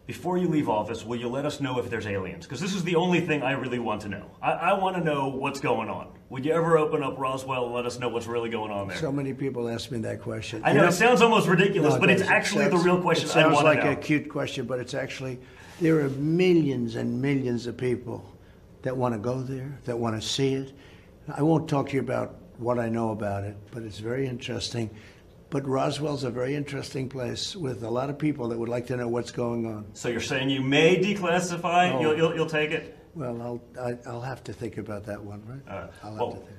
before you leave office, will you let us know if there's aliens? Because this is the only thing I really want to know. I want to know what's going on. Would you ever open up Roswell and let us know what's really going on there? So many people ask me that question. I know it sounds almost ridiculous, but it's actually the real question I want to know. It sounds like a cute question, but it's actually, there are millions and millions of people that want to go there, that want to see it. I won't talk to you about what I know about it, but it's very interesting. But Roswell's a very interesting place with a lot of people that would like to know what's going on. So you're saying you may declassify? Oh. You'll take it? Well, I'll have to think about that one, right? I'll have to think.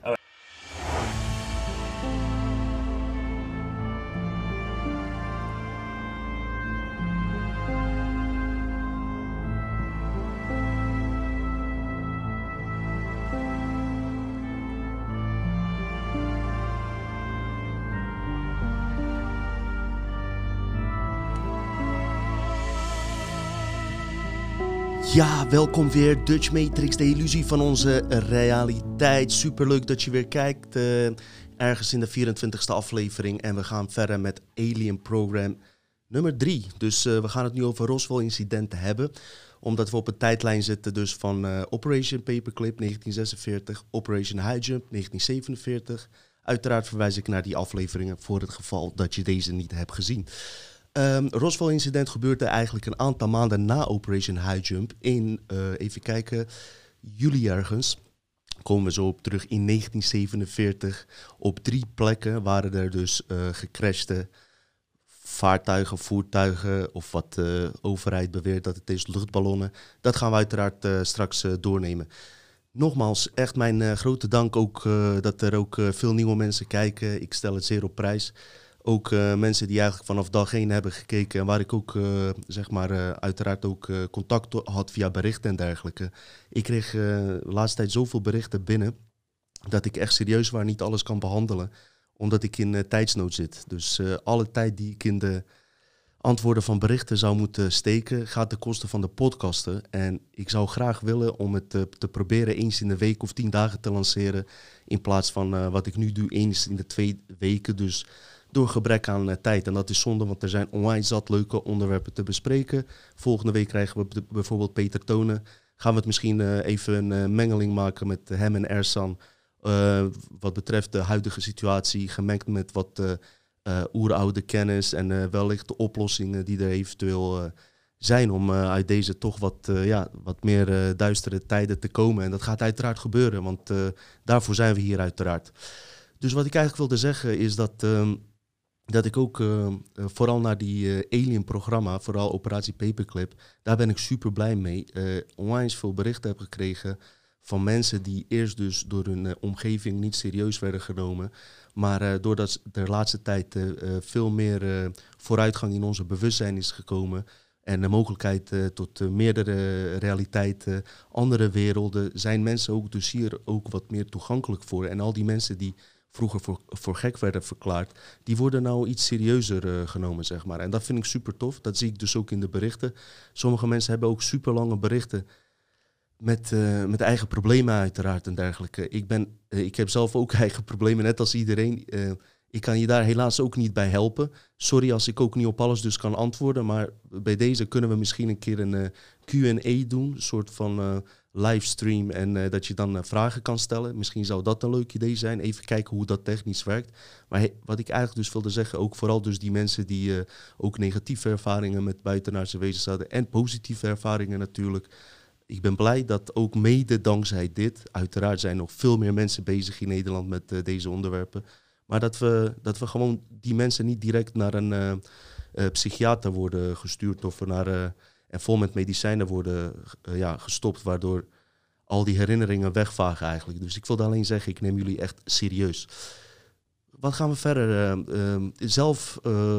Ja, welkom weer, Dutch Matrix, de illusie van onze realiteit. Superleuk dat je weer kijkt, ergens in de 24e aflevering. En we gaan verder met Alien Program nummer 3. Dus we gaan het nu over Roswell-incidenten hebben. Omdat we op een tijdlijn zitten dus van Operation Paperclip 1946, Operation Highjump 1947. Uiteraard verwijs ik naar die afleveringen voor het geval dat je deze niet hebt gezien. Roswell-incident gebeurde eigenlijk een aantal maanden na Operation Highjump in, even kijken, juli ergens. Komen we zo op terug in 1947. Op 3 plekken waren er dus gecrashte vaartuigen, voertuigen of wat de overheid beweert dat het is, luchtballonnen. Dat gaan we uiteraard straks doornemen. Nogmaals, echt mijn grote dank ook dat er ook veel nieuwe mensen kijken. Ik stel het zeer op prijs. Ook mensen die eigenlijk vanaf dag 1 hebben gekeken en waar ik ook uiteraard ook contact had via berichten en dergelijke. Ik kreeg de laatste tijd zoveel berichten binnen dat ik echt serieus waar niet alles kan behandelen, omdat ik in tijdsnood zit. Dus alle tijd die ik in de antwoorden van berichten zou moeten steken, gaat ten koste van de podcasten. En ik zou graag willen om het te proberen eens in de week of 10 dagen te lanceren, in plaats van wat ik nu doe eens in de 2 weken. Dus door gebrek aan tijd. En dat is zonde, want er zijn onwijs zat leuke onderwerpen te bespreken. Volgende week krijgen we bijvoorbeeld Peter Tonen. Gaan we het misschien even een mengeling maken met hem en Ersan. Wat betreft de huidige situatie, gemengd met wat oeroude kennis en wellicht de oplossingen die er eventueel zijn om uit deze toch wat meer duistere tijden te komen. En dat gaat uiteraard gebeuren, want daarvoor zijn we hier uiteraard. Dus wat ik eigenlijk wilde zeggen is dat ik ook vooral naar die Alien-programma, vooral Operatie Paperclip, daar ben ik super blij mee. Onwijs veel berichten heb gekregen van mensen die eerst dus door hun omgeving niet serieus werden genomen. Maar doordat de laatste tijd veel meer vooruitgang in onze bewustzijn is gekomen en de mogelijkheid tot meerdere realiteiten, andere werelden, zijn mensen ook dus hier ook wat meer toegankelijk voor. En al die mensen die vroeger voor gek werden verklaard, die worden nou iets serieuzer genomen, zeg maar. En dat vind ik super tof. Dat zie ik dus ook in de berichten. Sommige mensen hebben ook super lange berichten met eigen problemen uiteraard en dergelijke. Ik heb zelf ook eigen problemen, net als iedereen. Ik kan je daar helaas ook niet bij helpen. Sorry als ik ook niet op alles dus kan antwoorden, maar bij deze kunnen we misschien een keer een Q&A doen, een soort van livestream en dat je dan vragen kan stellen. Misschien zou dat een leuk idee zijn. Even kijken hoe dat technisch werkt. Maar wat ik eigenlijk dus wilde zeggen, ook vooral dus die mensen die ook negatieve ervaringen met buitenaardse wezens hadden en positieve ervaringen natuurlijk. Ik ben blij dat ook mede dankzij dit, uiteraard zijn nog veel meer mensen bezig in Nederland met deze onderwerpen, maar dat we gewoon die mensen niet direct naar een psychiater worden gestuurd of naar en vol met medicijnen worden gestopt, waardoor al die herinneringen wegvagen eigenlijk. Dus ik wilde alleen zeggen, ik neem jullie echt serieus. Wat gaan we verder? Zelf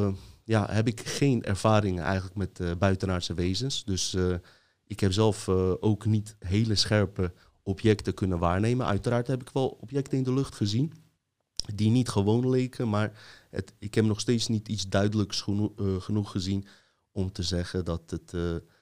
heb ik geen ervaringen eigenlijk met buitenaardse wezens. Dus ik heb zelf ook niet hele scherpe objecten kunnen waarnemen. Uiteraard heb ik wel objecten in de lucht gezien die niet gewoon leken, maar ik heb nog steeds niet iets duidelijks genoeg gezien om te zeggen dat het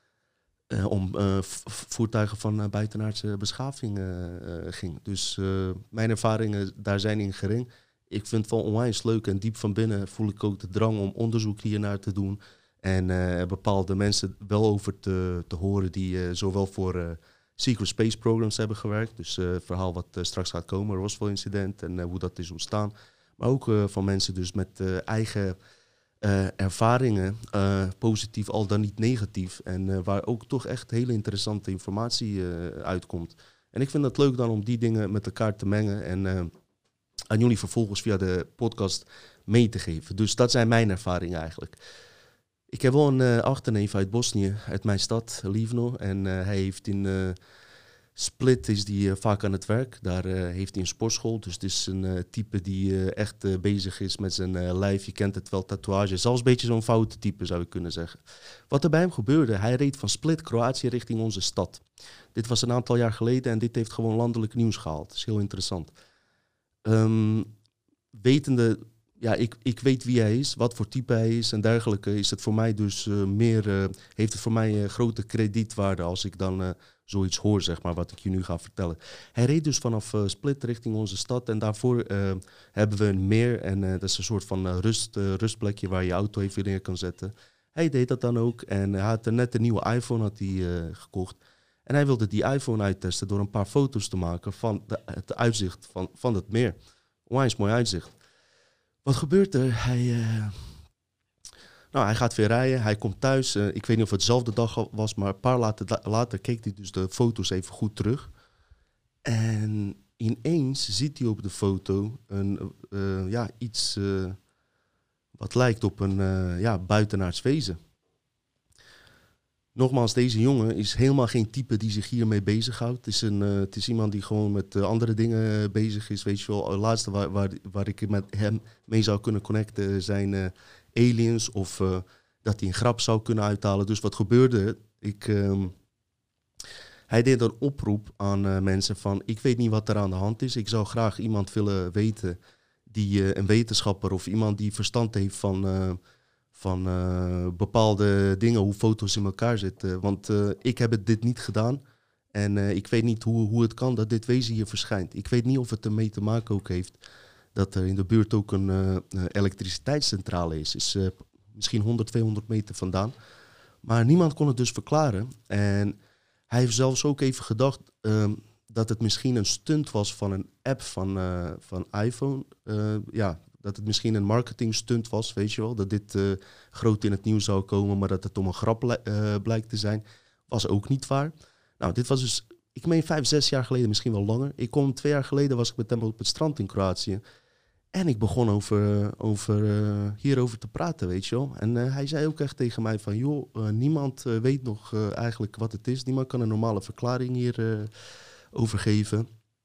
om voertuigen van buitenaardse beschaving ging. Dus mijn ervaringen daar zijn in gering. Ik vind het wel onwijs leuk en diep van binnen voel ik ook de drang om onderzoek hiernaar te doen En bepaalde mensen wel over te horen die zowel voor Secret Space Programs hebben gewerkt. Dus het verhaal wat straks gaat komen, Roswell incident en hoe dat is ontstaan. Maar ook van mensen dus met eigen ervaringen, positief al dan niet negatief. En waar ook toch echt hele interessante informatie uitkomt. En ik vind het leuk dan om die dingen met elkaar te mengen en aan jullie vervolgens via de podcast mee te geven. Dus dat zijn mijn ervaringen eigenlijk. Ik heb wel een achterneef uit Bosnië, uit mijn stad, Livno. En hij heeft in Split is die vaak aan het werk. Daar heeft hij een sportschool. Dus het is een type die echt bezig is met zijn lijf. Je kent het wel, tatoeage. Zelfs een beetje zo'n foute type zou ik kunnen zeggen. Wat er bij hem gebeurde, hij reed van Split, Kroatië, richting onze stad. Dit was een aantal jaar geleden en dit heeft gewoon landelijk nieuws gehaald. Dat is heel interessant. Wetende, ja, ik weet wie hij is, wat voor type hij is en dergelijke, is het voor mij dus heeft het voor mij grote kredietwaarde als ik dan zoiets hoor, zeg maar, wat ik je nu ga vertellen. Hij reed dus vanaf Split richting onze stad en daarvoor hebben we een meer en dat is een soort van rustplekje waar je auto even neer kan zetten. Hij deed dat dan ook en hij had net een nieuwe iPhone had hij, gekocht. En hij wilde die iPhone uittesten door een paar foto's te maken van het uitzicht van het meer. Onwijs mooi uitzicht. Wat gebeurt er? Hij gaat weer rijden, hij komt thuis. Ik weet niet of het dezelfde dag was, maar een paar later keek hij dus de foto's even goed terug. En ineens ziet hij op de foto iets wat lijkt op een buitenaards wezen. Nogmaals, deze jongen is helemaal geen type die zich hiermee bezighoudt. Het is iemand die gewoon met andere dingen bezig is. Weet je wel, het laatste waar ik met hem mee zou kunnen connecten zijn aliens of dat hij een grap zou kunnen uithalen. Dus wat gebeurde? Hij deed een oproep aan mensen van, ik weet niet wat er aan de hand is. Ik zou graag iemand willen weten, een wetenschapper of iemand die verstand heeft van bepaalde dingen, hoe foto's in elkaar zitten. Want ik heb dit niet gedaan en ik weet niet hoe het kan dat dit wezen hier verschijnt. Ik weet niet of het ermee te maken ook heeft dat er in de buurt ook een elektriciteitscentrale is. Is misschien 100, 200 meter vandaan. Maar niemand kon het dus verklaren. En hij heeft zelfs ook even gedacht dat het misschien een stunt was van een app van iPhone. Dat het misschien een marketing stunt was, weet je wel. Dat dit groot in het nieuws zou komen, maar dat het om een grap blijkt te zijn. Was ook niet waar. Nou, dit was dus, ik meen 5, 6 jaar geleden, misschien wel langer. 2 jaar geleden was ik met hem op het strand in Kroatië. En ik begon hierover te praten, weet je wel. En hij zei ook echt tegen mij van, joh, niemand weet nog eigenlijk wat het is. Niemand kan een normale verklaring hier over geven.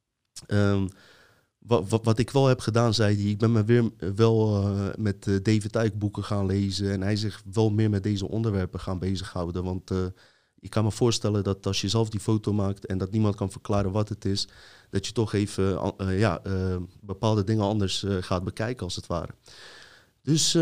Wat ik wel heb gedaan, zei hij, ik ben me weer wel met David Icke boeken gaan lezen. En hij zich wel meer met deze onderwerpen gaan bezighouden. Want ik kan me voorstellen dat als je zelf die foto maakt en dat niemand kan verklaren wat het is, dat je toch even bepaalde dingen anders gaat bekijken als het ware. Dus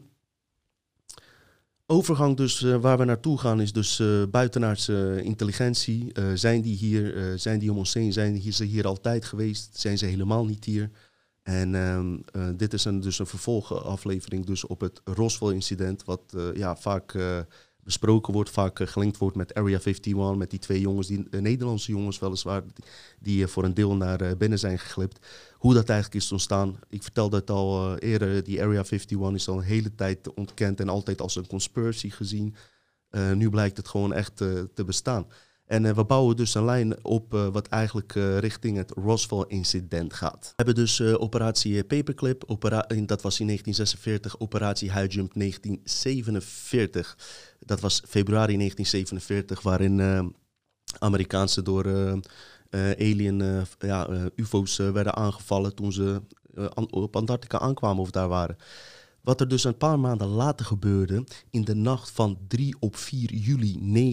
overgang dus waar we naartoe gaan is dus buitenaardse intelligentie. Zijn die hier? Zijn die om ons heen? Zijn ze hier altijd geweest? Zijn ze helemaal niet hier? En dit is dus een vervolgaflevering dus op het Roswell-incident, wat vaak besproken wordt, vaak gelinkt wordt met Area 51, met die 2 jongens, die Nederlandse jongens weliswaar, die voor een deel naar binnen zijn geglipt. Hoe dat eigenlijk is ontstaan. Ik vertelde het al eerder, die Area 51 is al een hele tijd ontkend en altijd als een conspiracy gezien. Nu blijkt het gewoon echt te bestaan. En we bouwen dus een lijn op wat eigenlijk richting het Roswell-incident gaat. We hebben dus operatie Paperclip, dat was in 1946, operatie Highjump 1947. Dat was februari 1947, waarin Amerikaanse door alien UFO's werden aangevallen toen ze op Antarctica aankwamen of daar waren. Wat er dus een paar maanden later gebeurde, in de nacht van 3 op 4 juli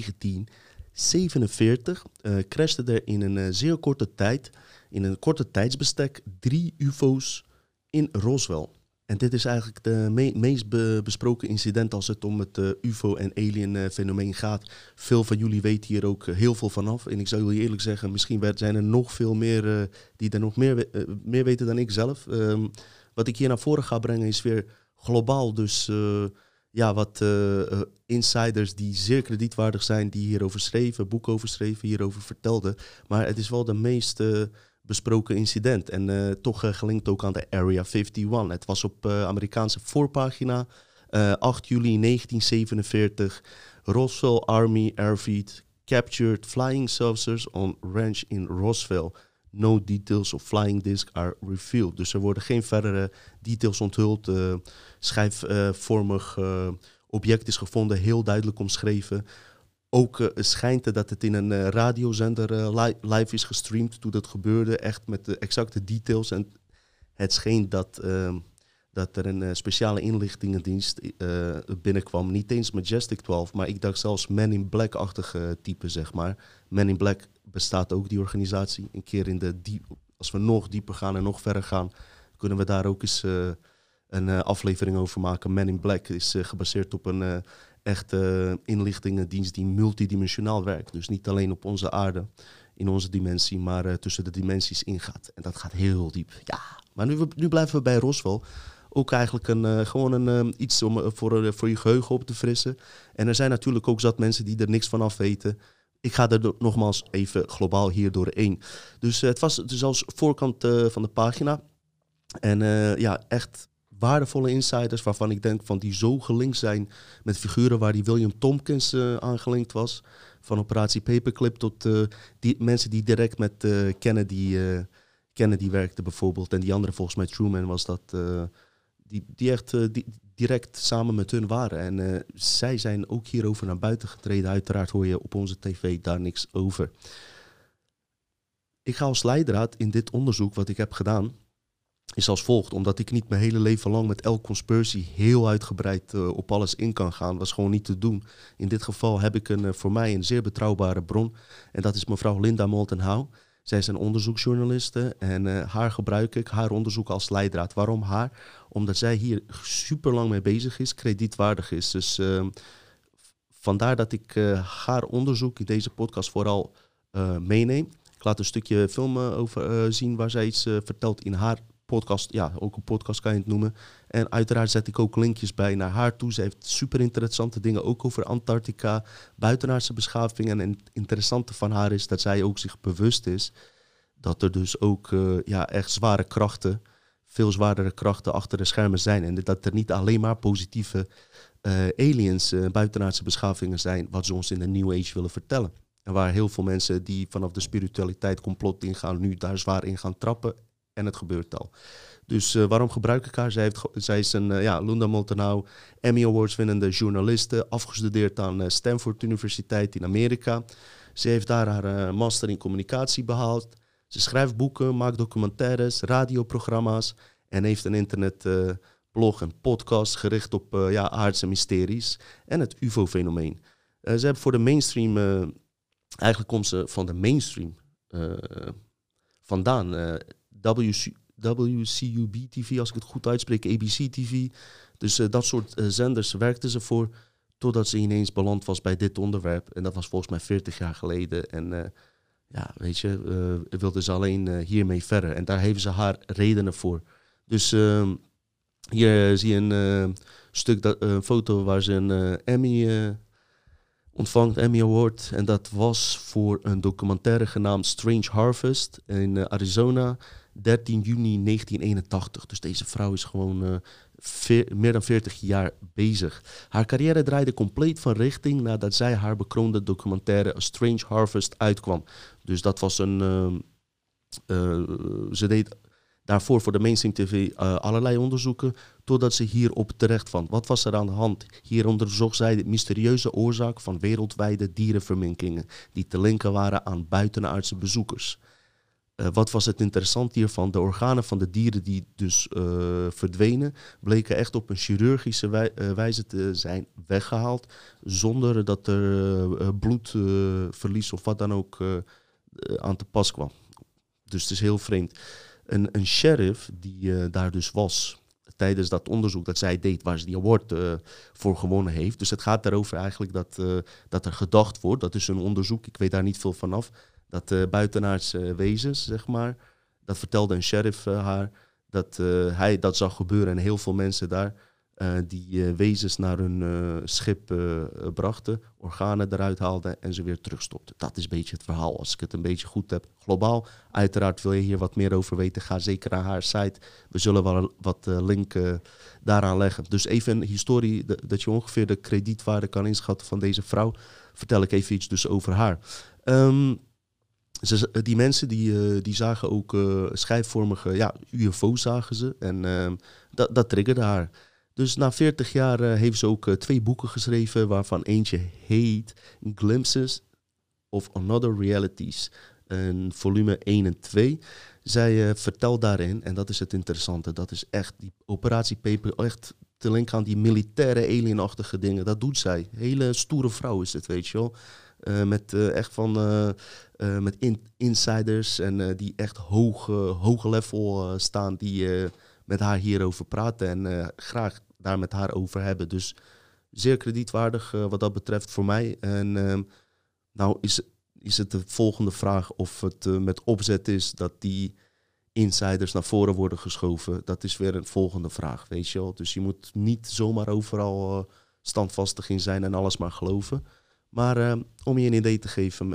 1947 crashten er in een zeer korte tijd, in een korte tijdsbestek, 3 UFO's in Roswell. En dit is eigenlijk de meest besproken incident als het om het UFO- en alien-fenomeen gaat. Veel van jullie weten hier ook heel veel vanaf. En ik zou jullie eerlijk zeggen, misschien zijn er nog veel meer die er nog meer weten dan ik zelf. Wat ik hier naar voren ga brengen is weer globaal dus wat insiders die zeer kredietwaardig zijn, die hierover schreven, boeken over schreven, hierover vertelden. Maar het is wel de meest besproken incident. En toch gelinkt ook aan de Area 51. Het was op Amerikaanse voorpagina, 8 juli 1947. Roswell Army Airfield captured flying saucers on ranch in Roswell. No details of flying disc are revealed. Dus er worden geen verdere details onthuld. Schijfvormig object is gevonden, heel duidelijk omschreven. Ook schijnt dat het in een radiozender live is gestreamd toen dat gebeurde. Echt met de exacte details. En het scheen dat er een speciale inlichtingendienst binnenkwam. Niet eens Majestic 12, maar ik dacht zelfs Men in Black-achtige type, zeg maar. Men in Black bestaat ook, die organisatie. Een keer als we nog dieper gaan en nog verder gaan, kunnen we daar ook eens een aflevering over maken. Men in Black is gebaseerd op een echte inlichtingendienst die multidimensionaal werkt. Dus niet alleen op onze aarde, in onze dimensie, maar tussen de dimensies ingaat. En dat gaat heel diep. Ja, maar nu blijven we bij Roswell. Ook eigenlijk iets om voor je geheugen op te frissen. En er zijn natuurlijk ook zat mensen die er niks van af weten. Ik ga er nogmaals even globaal hier doorheen. Dus het was dus als voorkant van de pagina. En echt waardevolle insiders waarvan ik denk van die zo gelinkt zijn met figuren waar die William Tompkins aan gelinkt was. Van Operatie Paperclip tot die mensen die direct met Kennedy werkten bijvoorbeeld. En die andere volgens mij Truman was dat... Die echt direct samen met hun waren. En zij zijn ook hierover naar buiten getreden. Uiteraard hoor je op onze tv daar niks over. Ik ga als leidraad in dit onderzoek wat ik heb gedaan, is als volgt. Omdat ik niet mijn hele leven lang met elk conspiracy heel uitgebreid op alles in kan gaan. Dat is gewoon niet te doen. In dit geval heb ik voor mij een zeer betrouwbare bron. En dat is mevrouw Linda Moulton Howe. Zij is een onderzoeksjournaliste en haar gebruik ik, haar onderzoek als leidraad. Waarom haar? Omdat zij hier super lang mee bezig is, kredietwaardig is. Dus vandaar dat ik haar onderzoek in deze podcast vooral meeneem. Ik laat een stukje film over zien waar zij iets vertelt in haar podcast. Ja, ook een podcast kan je het noemen. En uiteraard zet ik ook linkjes bij naar haar toe. Ze heeft super interessante dingen ook over Antarctica, buitenaardse beschavingen. En het interessante van haar is dat zij ook zich bewust is dat er dus ook echt zware krachten, veel zwaardere krachten achter de schermen zijn. En dat er niet alleen maar positieve aliens, buitenaardse beschavingen zijn, wat ze ons in de New Age willen vertellen. En waar heel veel mensen die vanaf de spiritualiteit complot ingaan, nu daar zwaar in gaan trappen. En het gebeurt al. Dus waarom gebruik ik haar? Zij is een Linda Moulton Howe, Emmy Awards winnende journaliste, afgestudeerd aan Stanford Universiteit in Amerika. Ze heeft daar haar master in communicatie behaald. Ze schrijft boeken, maakt documentaires, radioprogramma's en heeft een internetblog en podcast gericht op aardse mysteries en het UFO-fenomeen. Ze hebben voor de mainstream, eigenlijk komt ze van de mainstream vandaan. WCUB-TV, als ik het goed uitspreek, ABC-TV. Dus dat soort zenders werkten ze voor, totdat ze ineens beland was bij dit onderwerp. En dat was volgens mij 40 jaar geleden. En wilden ze alleen hiermee verder. En daar heeft ze haar redenen voor. Dus hier zie je een foto waar ze een Emmy ontvangt, Emmy Award. En dat was voor een documentaire genaamd Strange Harvest in Arizona, 13 juni 1981. Dus deze vrouw is gewoon meer dan 40 jaar bezig. Haar carrière draaide compleet van richting nadat zij haar bekroonde documentaire A Strange Harvest uitkwam. Dus dat was ze deed daarvoor voor de mainstream tv allerlei onderzoeken, totdat ze hierop terecht kwam. Wat was er aan de hand? Hier onderzocht zij de mysterieuze oorzaak van wereldwijde dierenverminkingen, die te linken waren aan buitenaardse bezoekers. Wat was het interessant hiervan? De organen van de dieren die dus verdwenen, bleken echt op een chirurgische wijze te zijn weggehaald, zonder dat er bloedverlies of wat dan ook aan te pas kwam. Dus het is heel vreemd. Een sheriff die daar dus was tijdens dat onderzoek dat zij deed, waar ze die award voor gewonnen heeft. Dus het gaat daarover eigenlijk dat er gedacht wordt, dat is een onderzoek, ik weet daar niet veel vanaf, dat buitenaardse wezens, zeg maar, dat vertelde een sheriff haar, dat hij dat zag gebeuren en heel veel mensen daar die wezens naar hun schip brachten, organen eruit haalden en ze weer terugstopten. Dat is een beetje het verhaal, als ik het een beetje goed heb. Globaal, uiteraard wil je hier wat meer over weten, ga zeker naar haar site. We zullen wel wat linken daaraan leggen. Dus even een historie, dat je ongeveer de kredietwaarde kan inschatten van deze vrouw, vertel ik even iets dus over haar. Die mensen die zagen ook schijfvormige UFO's zagen ze en dat triggerde haar. Dus na 40 jaar heeft ze ook 2 boeken geschreven, waarvan eentje heet Glimpses of Another Realities, volume 1 en 2. Zij vertelt daarin, en dat is het interessante, dat is echt die operatie Paper, echt te linken aan die militaire alienachtige dingen. Dat doet zij. Hele stoere vrouw is het, weet je wel. Met echt van met insiders en die echt hoge level staan, die met haar hierover praten en graag daar met haar over hebben. Dus zeer kredietwaardig wat dat betreft voor mij. En nou is het de volgende vraag of het met opzet is dat die insiders naar voren worden geschoven. Dat is weer een volgende vraag, weet je wel. Dus je moet niet zomaar overal standvastig in zijn en alles maar geloven. Maar om je een idee te geven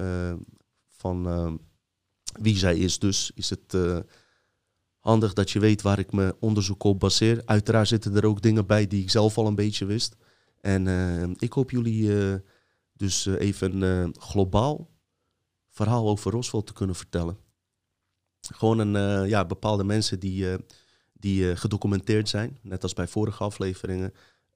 van wie zij is, dus is het handig dat je weet waar ik mijn onderzoek op baseer. Uiteraard zitten er ook dingen bij die ik zelf al een beetje wist. En ik hoop jullie dus even een globaal verhaal over Roswell te kunnen vertellen. Gewoon bepaalde mensen die gedocumenteerd zijn, net als bij vorige afleveringen,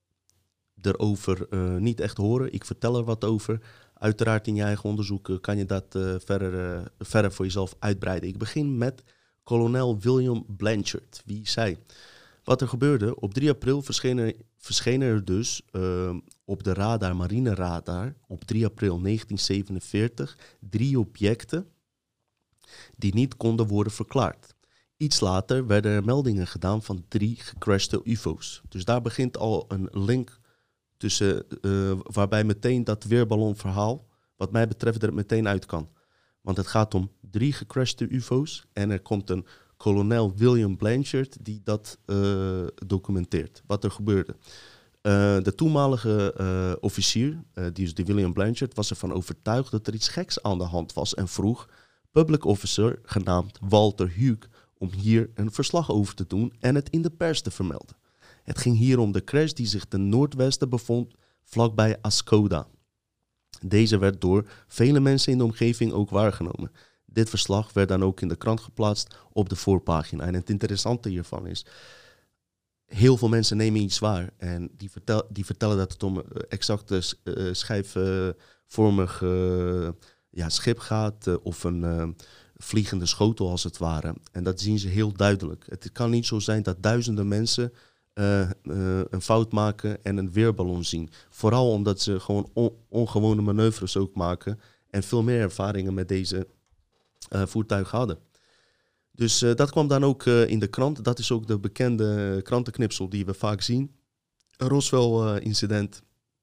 erover niet echt horen. Ik vertel er wat over. Uiteraard in je eigen onderzoek kan je dat verder voor jezelf uitbreiden. Ik begin met kolonel William Blanchard. Wie is hij? Wat er gebeurde, op 3 april verschenen er dus op de radar, marine radar, op 3 april 1947 3 objecten die niet konden worden verklaard. Iets later werden er meldingen gedaan van 3 gecrashte UFO's. Dus daar begint al een link tussen, waarbij meteen dat weerballonverhaal, wat mij betreft, er meteen uit kan. Want het gaat om 3 gecrashte UFO's en er komt een kolonel William Blanchard die dat documenteert, wat er gebeurde. De toenmalige officier, die is de William Blanchard, was ervan overtuigd dat er iets geks aan de hand was en vroeg public officer genaamd Walter Hugh om hier een verslag over te doen en het in de pers te vermelden. Het ging hier om de crash die zich ten noordwesten bevond, vlakbij Ascoda. Deze werd door vele mensen in de omgeving ook waargenomen. Dit verslag werd dan ook in de krant geplaatst op de voorpagina. En het interessante hiervan is, heel veel mensen nemen iets waar. En die vertellen dat het om exacte schijfvormig schip gaat of een vliegende schotel als het ware. En dat zien ze heel duidelijk. Het kan niet zo zijn dat duizenden mensen een fout maken en een weerballon zien. Vooral omdat ze gewoon ongewone manoeuvres ook maken en veel meer ervaringen met deze voertuigen hadden. Dus dat kwam dan ook in de krant. Dat is ook de bekende krantenknipsel die we vaak zien. Een Roswell-incident,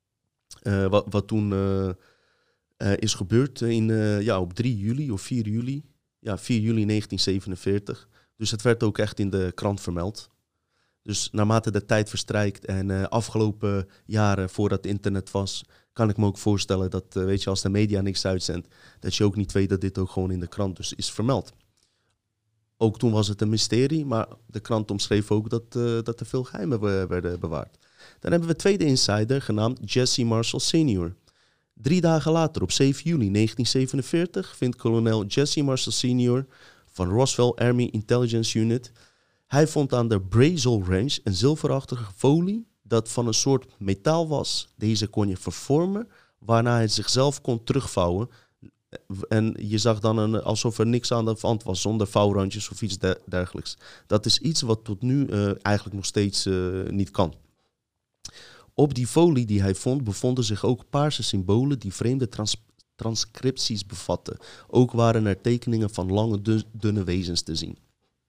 wat toen is gebeurd op 3 juli of 4 juli. Ja, 4 juli 1947. Dus het werd ook echt in de krant vermeld. Dus naarmate de tijd verstrijkt en afgelopen jaren voordat internet was, kan ik me ook voorstellen dat, als de media niks uitzendt, dat je ook niet weet dat dit ook gewoon in de krant dus is vermeld. Ook toen was het een mysterie, maar de krant omschreef ook dat er veel geheimen werden bewaard. Dan hebben we een tweede insider genaamd Jesse Marshall Sr. 3 dagen later, op 7 juli 1947, vindt kolonel Jesse Marshall Sr. van Roswell Army Intelligence Unit. Hij vond aan de Brazil Range een zilverachtige folie dat van een soort metaal was. Deze kon je vervormen, waarna het zichzelf kon terugvouwen. En je zag dan alsof er niks aan de hand was, zonder vouwrandjes of iets dergelijks. Dat is iets wat tot nu eigenlijk nog steeds niet kan. Op die folie die hij vond bevonden zich ook paarse symbolen die vreemde transcripties bevatten. Ook waren er tekeningen van lange, dunne wezens te zien.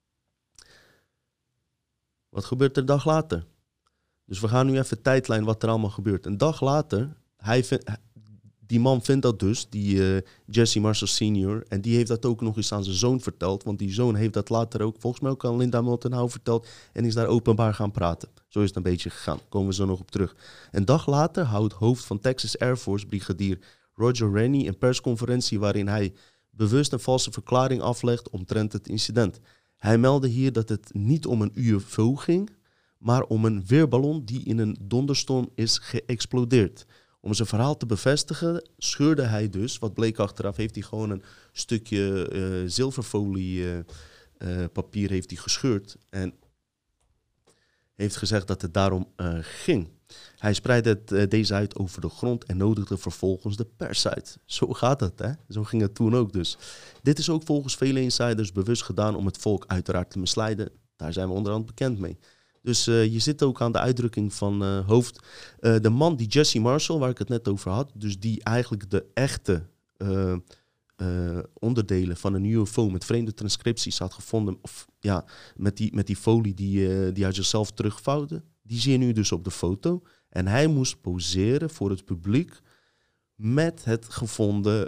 Wat gebeurt er een dag later? Dus we gaan nu even tijdlijn wat er allemaal gebeurt. Een dag later, die man vindt dat dus, die Jesse Marshall Sr. En die heeft dat ook nog eens aan zijn zoon verteld. Want die zoon heeft dat later ook, volgens mij ook aan Linda Moulton Howe verteld. En is daar openbaar gaan praten. Zo is het een beetje gegaan. Komen we zo nog op terug. Een dag later houdt hoofd van Texas Air Force, brigadier Roger Rennie, een persconferentie waarin hij bewust een valse verklaring aflegt omtrent het incident. Hij meldde hier dat het niet om een UFO ging, maar om een weerballon die in een donderstorm is geëxplodeerd. Om zijn verhaal te bevestigen scheurde hij dus, wat bleek achteraf, heeft hij gewoon een stukje zilverfolie papier heeft hij gescheurd en heeft gezegd dat het daarom ging. Hij spreidde deze uit over de grond en nodigde vervolgens de pers uit. Zo gaat het, hè? Zo ging het toen ook dus. Dit is ook volgens vele insiders bewust gedaan om het volk uiteraard te misleiden. Daar zijn we onderhand bekend mee. Dus je zit ook aan de uitdrukking van hoofd. De man, die Jesse Marshall, waar ik het net over had, dus die eigenlijk de echte onderdelen van een UFO met vreemde transcripties had gevonden, of ja, met die folie die hij zichzelf terugvouwde, die zie je nu dus op de foto. En hij moest poseren voor het publiek met het gevonden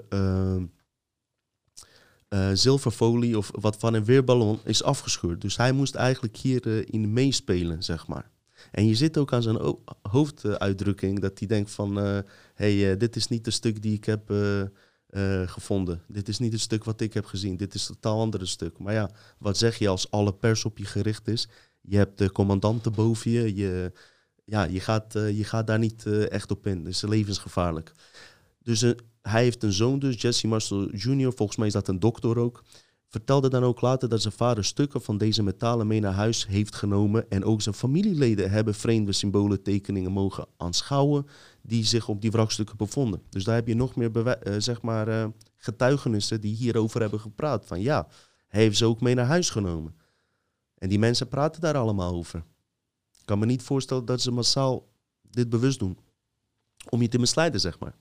zilverfolie of wat van een weerballon is afgescheurd. Dus hij moest eigenlijk hierin meespelen, zeg maar. En je zit ook aan zijn hoofduitdrukking dat hij denkt van dit is niet het stuk die ik heb gevonden. Dit is niet het stuk wat ik heb gezien. Dit is een totaal ander stuk. Maar ja, wat zeg je als alle pers op je gericht is? Je hebt de commandanten boven je. Je gaat daar niet echt op in. Dat is levensgevaarlijk. Dus hij heeft een zoon dus, Jesse Marshall Jr., volgens mij is dat een dokter ook, vertelde dan ook later dat zijn vader stukken van deze metalen mee naar huis heeft genomen en ook zijn familieleden hebben vreemde symbolen, tekeningen mogen aanschouwen die zich op die wrakstukken bevonden. Dus daar heb je nog meer getuigenissen die hierover hebben gepraat. Van ja, hij heeft ze ook mee naar huis genomen. En die mensen praten daar allemaal over. Ik kan me niet voorstellen dat ze massaal dit bewust doen. Om je te misleiden, zeg maar.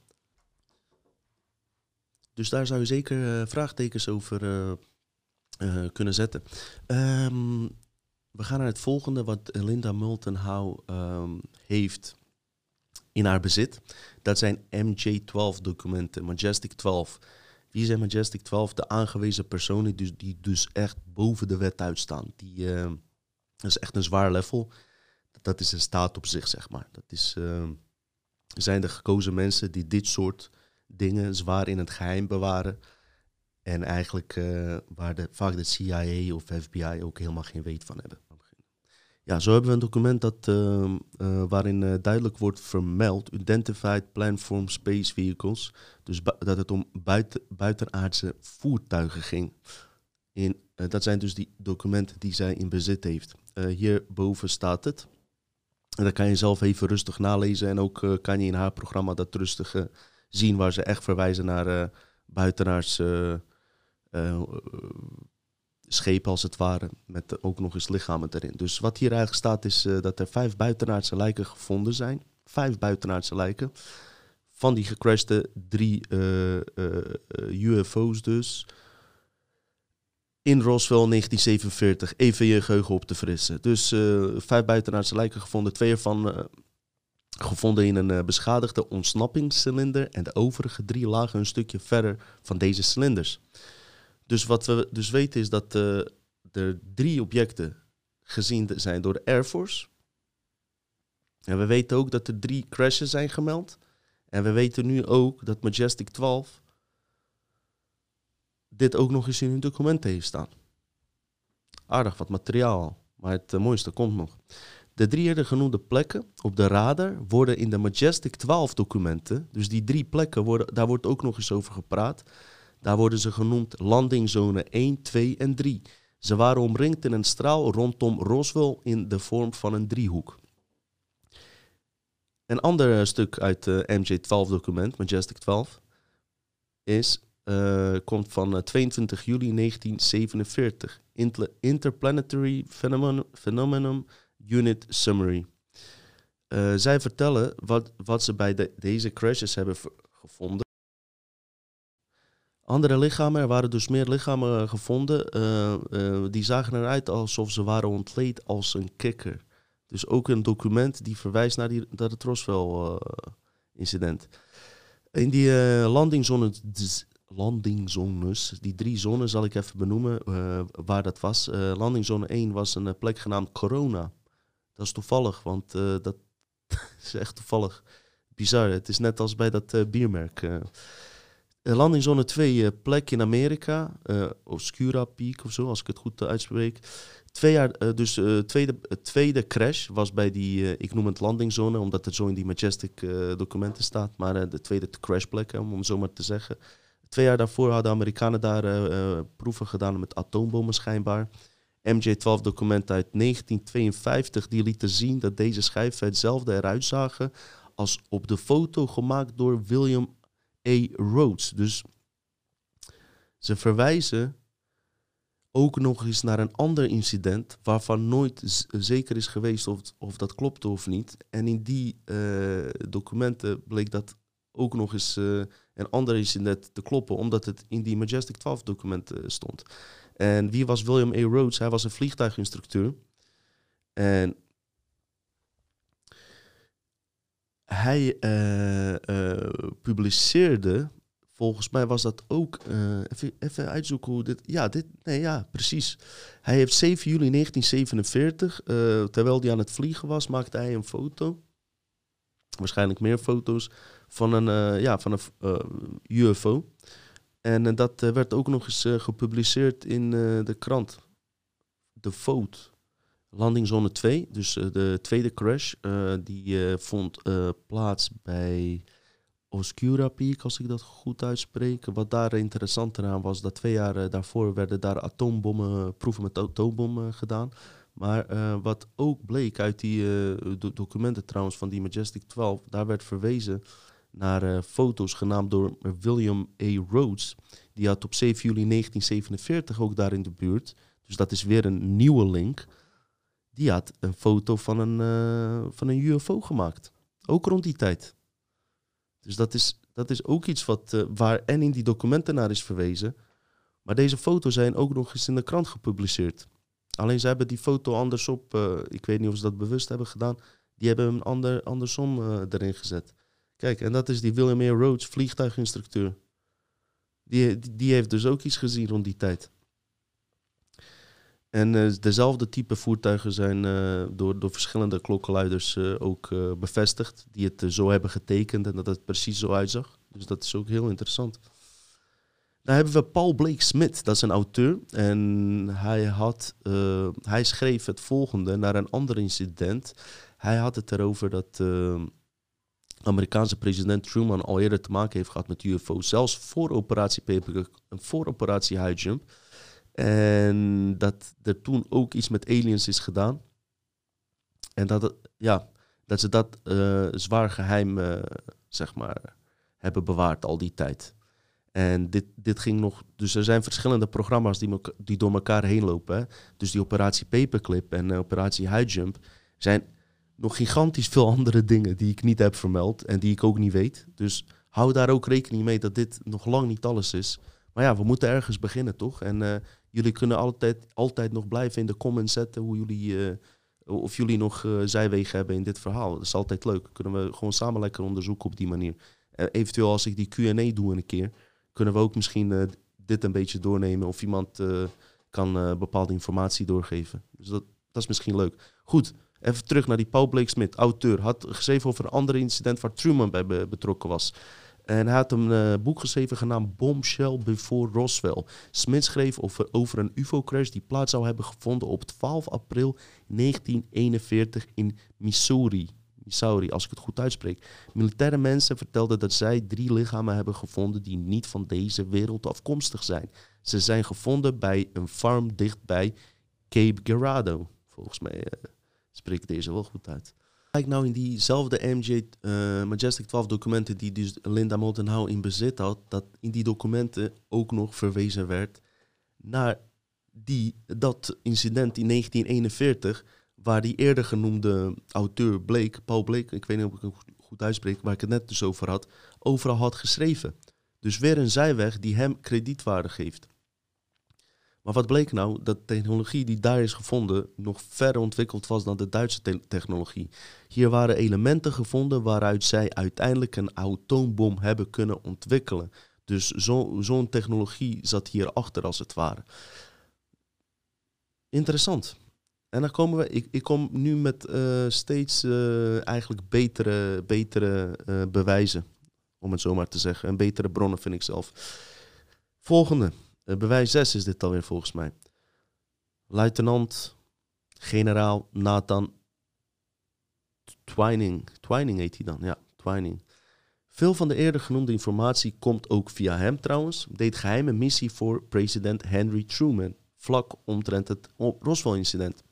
Dus daar zou je zeker vraagtekens over kunnen zetten. We gaan naar het volgende wat Linda Moulton Howe heeft in haar bezit. Dat zijn MJ-12-documenten, Majestic 12. Wie zijn Majestic 12? De aangewezen personen die dus echt boven de wet uitstaan. Dat is echt een zwaar level. Dat is een staat op zich, zeg maar. Dat zijn de gekozen mensen die dit soort dingen zwaar in het geheim bewaren. En eigenlijk waar vaak de CIA of FBI ook helemaal geen weet van hebben. Ja, zo hebben we een document waarin duidelijk wordt vermeld Identified Planetform Space Vehicles. Dus dat het om buitenaardse voertuigen ging. Dat zijn dus die documenten die zij in bezit heeft. Hierboven staat het. En dat kan je zelf even rustig nalezen. En ook kan je in haar programma dat rustig zien waar ze echt verwijzen naar buitenaardse schepen als het ware, met ook nog eens lichamen erin. Dus wat hier eigenlijk staat is dat er 5 buitenaardse lijken gevonden zijn. 5 buitenaardse lijken. Van die gecrashte 3 UFO's dus. In Roswell 1947, even je geheugen op te frissen. Dus 5 buitenaardse lijken gevonden. 2 ervan gevonden in een beschadigde ontsnappingscilinder. En de overige 3 lagen een stukje verder van deze cilinders. Dus wat we dus weten is dat er 3 objecten gezien zijn door de Air Force. En we weten ook dat er 3 crashes zijn gemeld. En we weten nu ook dat Majestic 12 dit ook nog eens in hun documenten heeft staan. Aardig wat materiaal, maar het mooiste komt nog. De 3 eerder genoemde plekken op de radar worden in de Majestic 12 documenten, dus die 3 plekken, daar wordt ook nog eens over gepraat. Daar worden ze genoemd landingzone 1, 2 en 3. Ze waren omringd in een straal rondom Roswell in de vorm van een driehoek. Een ander stuk uit de MJ-12-document, Majestic 12, komt van 22 juli 1947. Interplanetary Phenomenon Unit Summary. Zij vertellen wat ze bij deze crashes hebben gevonden. Andere lichamen, er waren dus meer lichamen gevonden. Die zagen eruit alsof ze waren ontleed als een kikker. Dus ook een document die verwijst naar het Roswell-incident. In die landingzones, die 3 zones zal ik even benoemen waar dat was. Landingzone 1 was een plek genaamd Corona. Dat is toevallig, want dat is echt toevallig. Bizar, het is net als bij dat biermerk. Landingzone 2, plek in Amerika, Oscura Peak of zo, als ik het goed uitspreek. 2 jaar, tweede crash was bij die, ik noem het landingzone, omdat het zo in die Majestic documenten staat, maar de tweede crashplek, om het zo maar te zeggen. 2 jaar daarvoor hadden Amerikanen daar proeven gedaan met atoombommen schijnbaar. MJ-12 document uit 1952, die lieten zien dat deze schijven hetzelfde eruit zagen als op de foto gemaakt door William A. Rhodes. Dus ze verwijzen ook nog eens naar een ander incident waarvan nooit zeker is geweest of dat klopte of niet. En in die documenten bleek dat ook nog eens een ander incident te kloppen, omdat het in die Majestic 12 documenten stond. En wie was William A. Rhodes? Hij was een vliegtuiginstructeur. En hij publiceerde, volgens mij was dat ook, even uitzoeken hoe dit... Ja, precies. Hij heeft 7 juli 1947, terwijl hij aan het vliegen was, maakte hij een foto. Waarschijnlijk meer foto's van een UFO. En dat werd ook nog eens gepubliceerd in de krant. De Vote. Landingzone 2, dus de tweede crash, die vond plaats bij Oscura Peak, als ik dat goed uitspreek. Wat daar interessant aan was, dat 2 jaar daarvoor werden daar proeven met atoombommen gedaan. Maar wat ook bleek uit die documenten trouwens van die Majestic 12, daar werd verwezen naar foto's genaamd door William A. Rhodes. Die had op 7 juli 1947 ook daar in de buurt, dus dat is weer een nieuwe link. Die had een foto van een UFO gemaakt. Ook rond die tijd. Dus dat is ook iets waar en in die documenten naar is verwezen. Maar deze foto's zijn ook nog eens in de krant gepubliceerd. Alleen ze hebben die foto andersop, ik weet niet of ze dat bewust hebben gedaan, die hebben hem andersom erin gezet. Kijk, en dat is die William A. Rhodes, vliegtuiginstructeur. Die heeft dus ook iets gezien rond die tijd. En dezelfde type voertuigen zijn door verschillende klokkenluiders ook bevestigd. Die het zo hebben getekend en dat het precies zo uitzag. Dus dat is ook heel interessant. Dan hebben we Paul Blake Smith, dat is een auteur. En hij schreef het volgende naar een ander incident. Hij had het erover dat Amerikaanse president Truman al eerder te maken heeft gehad met UFO's. Zelfs voor operatie Paperclip en voor operatie High Jump. En dat er toen ook iets met aliens is gedaan. En dat ze dat zwaar geheim, hebben bewaard al die tijd. En dit ging nog... Dus er zijn verschillende programma's die door elkaar heen lopen. Hè? Dus die operatie Paperclip en operatie High Jump zijn nog gigantisch veel andere dingen die ik niet heb vermeld en die ik ook niet weet. Dus hou daar ook rekening mee dat dit nog lang niet alles is. Maar ja, we moeten ergens beginnen, toch? En jullie kunnen altijd nog blijven in de comments zetten of jullie nog zijwegen hebben in dit verhaal. Dat is altijd leuk. Kunnen we gewoon samen lekker onderzoeken op die manier. Eventueel als ik die Q&A doe een keer, kunnen we ook misschien dit een beetje doornemen of iemand kan bepaalde informatie doorgeven. Dus dat is misschien leuk. Goed, even terug naar die Paul Blake Smith, auteur. Had geschreven over een ander incident waar Truman bij betrokken was. En hij had een boek geschreven genaamd Bombshell Before Roswell. Smith schreef over een UFO-crash die plaats zou hebben gevonden op 12 april 1941 in Missouri, als ik het goed uitspreek. Militaire mensen vertelden dat zij 3 lichamen hebben gevonden die niet van deze wereld afkomstig zijn. Ze zijn gevonden bij een farm dichtbij Cape Girardeau. Volgens mij spreekt deze wel goed uit. Kijk nou in diezelfde Majestic 12 documenten die dus Linda Moulton Howe in bezit had, dat in die documenten ook nog verwezen werd naar dat incident in 1941, waar die eerder genoemde auteur Paul Blake, ik weet niet of ik het goed uitspreek, waar ik het net dus over had, overal had geschreven. Dus weer een zijweg die hem kredietwaarde geeft. Maar wat bleek nou? Dat de technologie die daar is gevonden nog verder ontwikkeld was dan de Duitse technologie. Hier waren elementen gevonden waaruit zij uiteindelijk een atoombom hebben kunnen ontwikkelen. Dus zo'n technologie zat hierachter als het ware. Interessant. En dan komen we, ik kom nu met steeds eigenlijk betere bewijzen, om het zo maar te zeggen. En betere bronnen vind ik zelf. Volgende, bewijs 6 is dit alweer volgens mij. Luitenant-generaal Nathan Twining. Twining heet hij dan, ja, Twining. Veel van de eerder genoemde informatie komt ook via hem trouwens. Deed geheime missie voor president Henry Truman, vlak omtrent het Roswell-incident.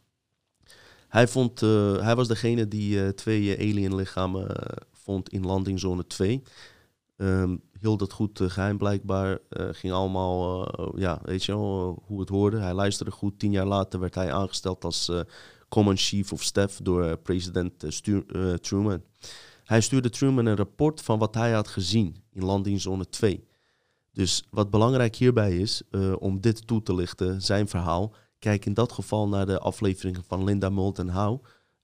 Hij was degene die 2 alien-lichamen vond in landingzone 2. Hield dat goed geheim blijkbaar. Ging allemaal, weet je wel, hoe het hoorde. Hij luisterde goed. 10 jaar later werd hij aangesteld als Command Chief of Staff door president Truman. Hij stuurde Truman een rapport van wat hij had gezien in landingzone 2. Dus wat belangrijk hierbij is, om dit toe te lichten, zijn verhaal. Kijk in dat geval naar de afleveringen van Linda Moulton Howe,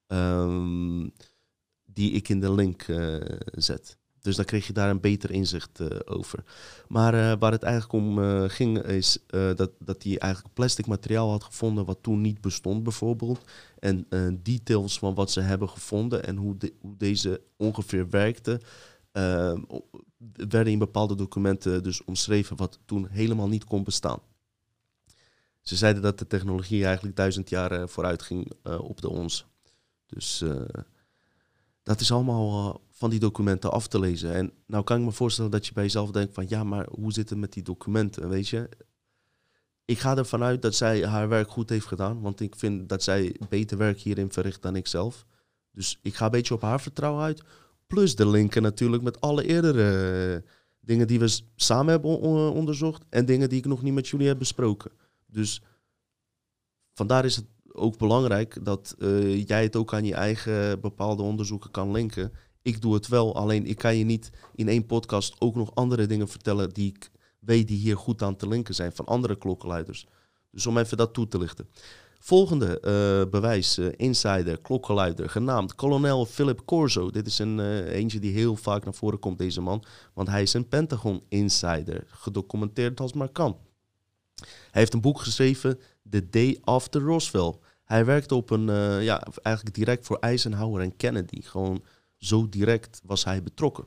die ik in de link zet. Dus dan kreeg je daar een beter inzicht over. Maar waar het eigenlijk om ging is dat hij eigenlijk plastic materiaal had gevonden wat toen niet bestond bijvoorbeeld. En details van wat ze hebben gevonden en hoe deze ongeveer werkte, werden in bepaalde documenten dus omschreven wat toen helemaal niet kon bestaan. Ze zeiden dat de technologie eigenlijk 1000 jaar vooruit ging op de onze. Dus dat is allemaal van die documenten af te lezen. En nou kan ik me voorstellen dat je bij jezelf denkt van ja, maar hoe zit het met die documenten, weet je? Ik ga ervan uit dat zij haar werk goed heeft gedaan, want ik vind dat zij beter werk hierin verricht dan ik zelf. Dus ik ga een beetje op haar vertrouwen uit. Plus de linken natuurlijk met alle eerdere dingen die we samen hebben onderzocht en dingen die ik nog niet met jullie heb besproken. Dus vandaar is het ook belangrijk dat jij het ook aan je eigen bepaalde onderzoeken kan linken. Ik doe het wel, alleen ik kan je niet in 1 podcast ook nog andere dingen vertellen die ik weet die hier goed aan te linken zijn van andere klokkenluiders. Dus om even dat toe te lichten. Volgende bewijs, insider, klokkenluider, genaamd kolonel Philip Corso. Dit is eentje die heel vaak naar voren komt, deze man. Want hij is een Pentagon insider, gedocumenteerd als maar kan. Hij heeft een boek geschreven, The Day After Roswell. Hij werkte op eigenlijk direct voor Eisenhower en Kennedy. Gewoon zo direct was hij betrokken.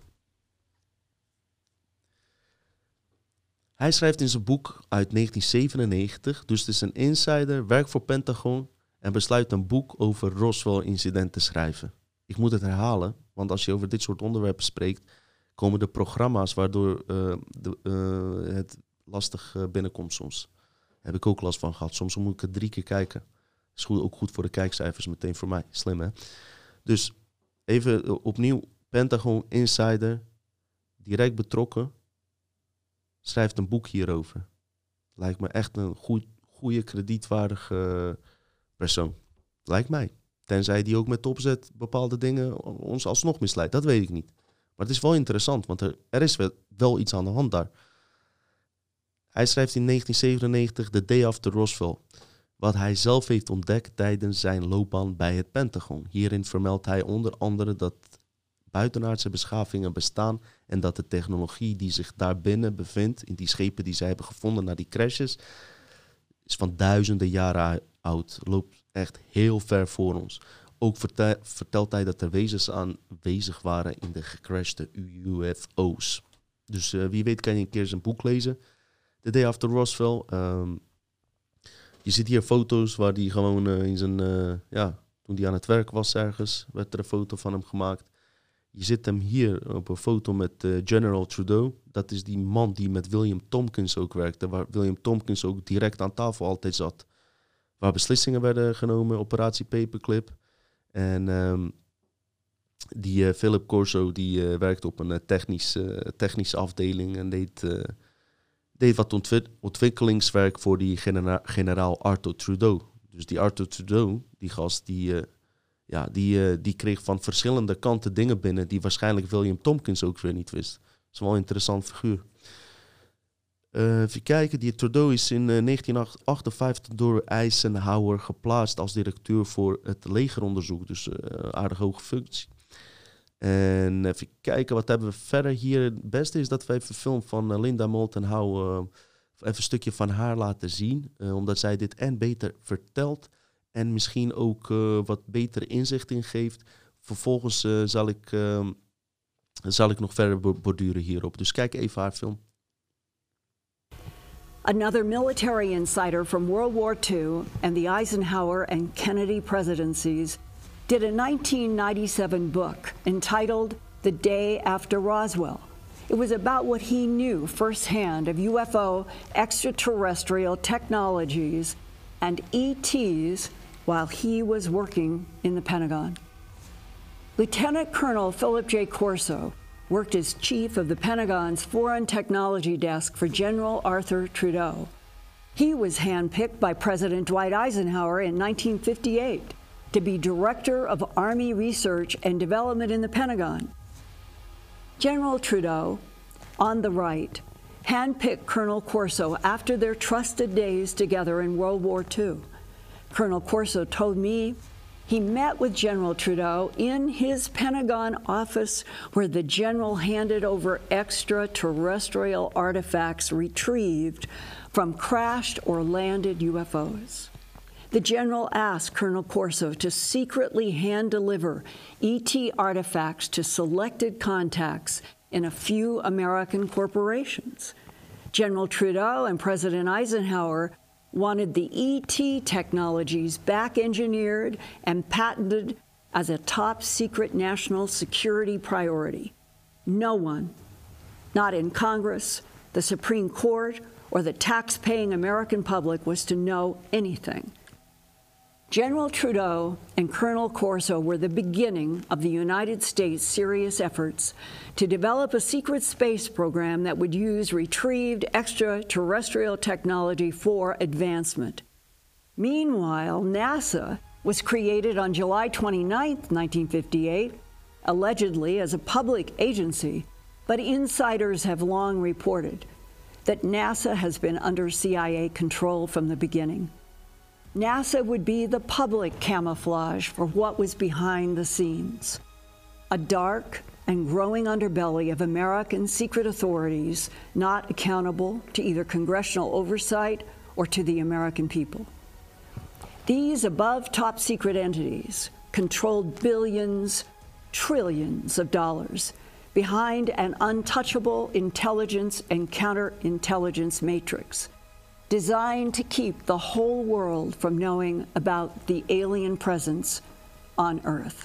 Hij schrijft in zijn boek uit 1997, dus het is een insider, werkt voor Pentagon en besluit een boek over Roswell-incident te schrijven. Ik moet het herhalen, want als je over dit soort onderwerpen spreekt, komen de programma's waardoor het lastig binnenkomt soms. Daar heb ik ook last van gehad. Soms moet ik het 3 keer kijken. Is ook goed voor de kijkcijfers meteen voor mij. Slim, hè? Dus even opnieuw. Pentagon Insider. Direct betrokken. Schrijft een boek hierover. Lijkt me echt een goede kredietwaardige persoon. Lijkt mij. Tenzij die ook met opzet bepaalde dingen ons alsnog misleidt. Dat weet ik niet. Maar het is wel interessant, want er is wel iets aan de hand daar. Hij schrijft in 1997 The Day After Roswell, wat hij zelf heeft ontdekt tijdens zijn loopbaan bij het Pentagon. Hierin vermeldt hij onder andere dat buitenaardse beschavingen bestaan en dat de technologie die zich daarbinnen bevindt, in die schepen die zij hebben gevonden na die crashes, is van duizenden jaren oud. Loopt echt heel ver voor ons. Ook vertelt hij dat er wezens aanwezig waren in de gecrashte UFO's. Dus wie weet kan je een keer zijn boek lezen. The Day After Roswell. Je ziet hier foto's waar hij gewoon in zijn... toen hij aan het werk was ergens, werd er een foto van hem gemaakt. Je ziet hem hier op een foto met General Trudeau. Dat is die man die met William Tompkins ook werkte. Waar William Tompkins ook direct aan tafel altijd zat. Waar beslissingen werden genomen, operatie Paperclip. En die Philip Corso die werkte op een technische afdeling en deed wat ontwikkelingswerk voor die generaal Arthur Trudeau. Dus die Arthur Trudeau, die gast, die kreeg van verschillende kanten dingen binnen die waarschijnlijk William Tompkins ook weer niet wist. Dat is wel een interessant figuur. Even kijken, die Trudeau is in 1958 door Eisenhower geplaatst als directeur voor het legeronderzoek. Dus aardig hoge functie. En even kijken, wat hebben we verder hier? Het beste is dat we even een film van Linda Moulton Howe, even een stukje van haar laten zien. Omdat zij dit en beter vertelt en misschien ook wat beter inzicht in geeft. Vervolgens zal ik nog verder borduren hierop. Dus kijk even haar film. Another military insider from World War II and the Eisenhower and Kennedy presidencies did a 1997 book entitled The Day After Roswell. It was about what he knew firsthand of UFO extraterrestrial technologies and ETs while he was working in the Pentagon. Lieutenant Colonel Philip J. Corso worked as chief of the Pentagon's Foreign Technology Desk for General Arthur Trudeau. He was handpicked by President Dwight Eisenhower in 1958 to be Director of Army Research and Development in the Pentagon. General Trudeau, on the right, handpicked Colonel Corso after their trusted days together in World War II. Colonel Corso told me he met with General Trudeau in his Pentagon office where the general handed over extraterrestrial artifacts retrieved from crashed or landed UFOs. The general asked Colonel Corso to secretly hand-deliver ET artifacts to selected contacts in a few American corporations. General Trudeau and President Eisenhower wanted the ET technologies back engineered and patented as a top secret national security priority. No one, not in Congress, the Supreme Court, or the tax-paying American public, was to know anything. General Trudeau and Colonel Corso were the beginning of the United States' serious efforts to develop a secret space program that would use retrieved extraterrestrial technology for advancement. Meanwhile, NASA was created on July 29, 1958, allegedly as a public agency, but insiders have long reported that NASA has been under CIA control from the beginning. NASA would be the public camouflage for what was behind the scenes, a dark and growing underbelly of American secret authorities not accountable to either congressional oversight or to the American people. These above top secret entities controlled billions, trillions of dollars behind an untouchable intelligence and counterintelligence matrix designed to keep the whole world from knowing about the alien presence on Earth.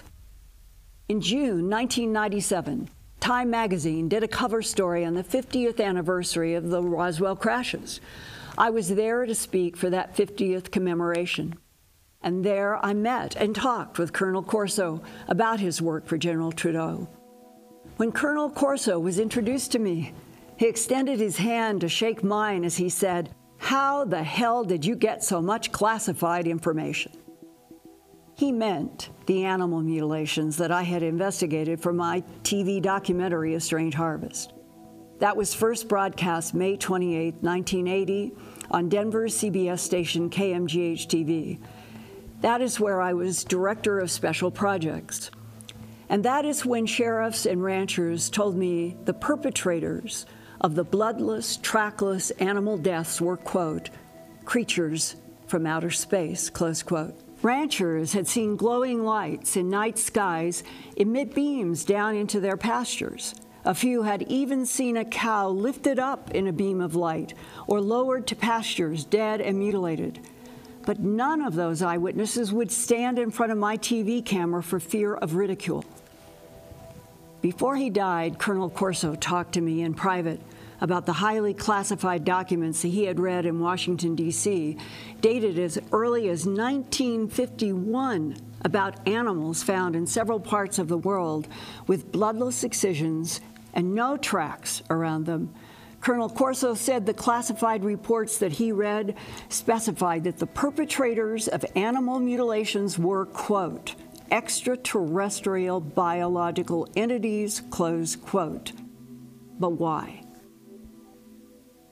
In June 1997, Time magazine did a cover story on the 50th anniversary of the Roswell crashes. I was there to speak for that 50th commemoration. And there I met and talked with Colonel Corso about his work for General Trudeau. When Colonel Corso was introduced to me, he extended his hand to shake mine as he said, "How the hell did you get so much classified information?" He meant the animal mutilations that I had investigated for my TV documentary, A Strange Harvest. That was first broadcast May 28, 1980, on Denver's CBS station KMGH-TV. That is where I was Director of Special Projects. And that is when sheriffs and ranchers told me the perpetrators of the bloodless, trackless animal deaths were, quote, creatures from outer space, close quote. Ranchers had seen glowing lights in night skies emit beams down into their pastures. A few had even seen a cow lifted up in a beam of light or lowered to pastures, dead and mutilated. But none of those eyewitnesses would stand in front of my TV camera for fear of ridicule. Before he died, Colonel Corso talked to me in private about the highly classified documents that he had read in Washington, D.C., dated as early as 1951, about animals found in several parts of the world with bloodless excisions and no tracks around them. Colonel Corso said the classified reports that he read specified that the perpetrators of animal mutilations were, quote, extraterrestrial biological entities, close quote. But why?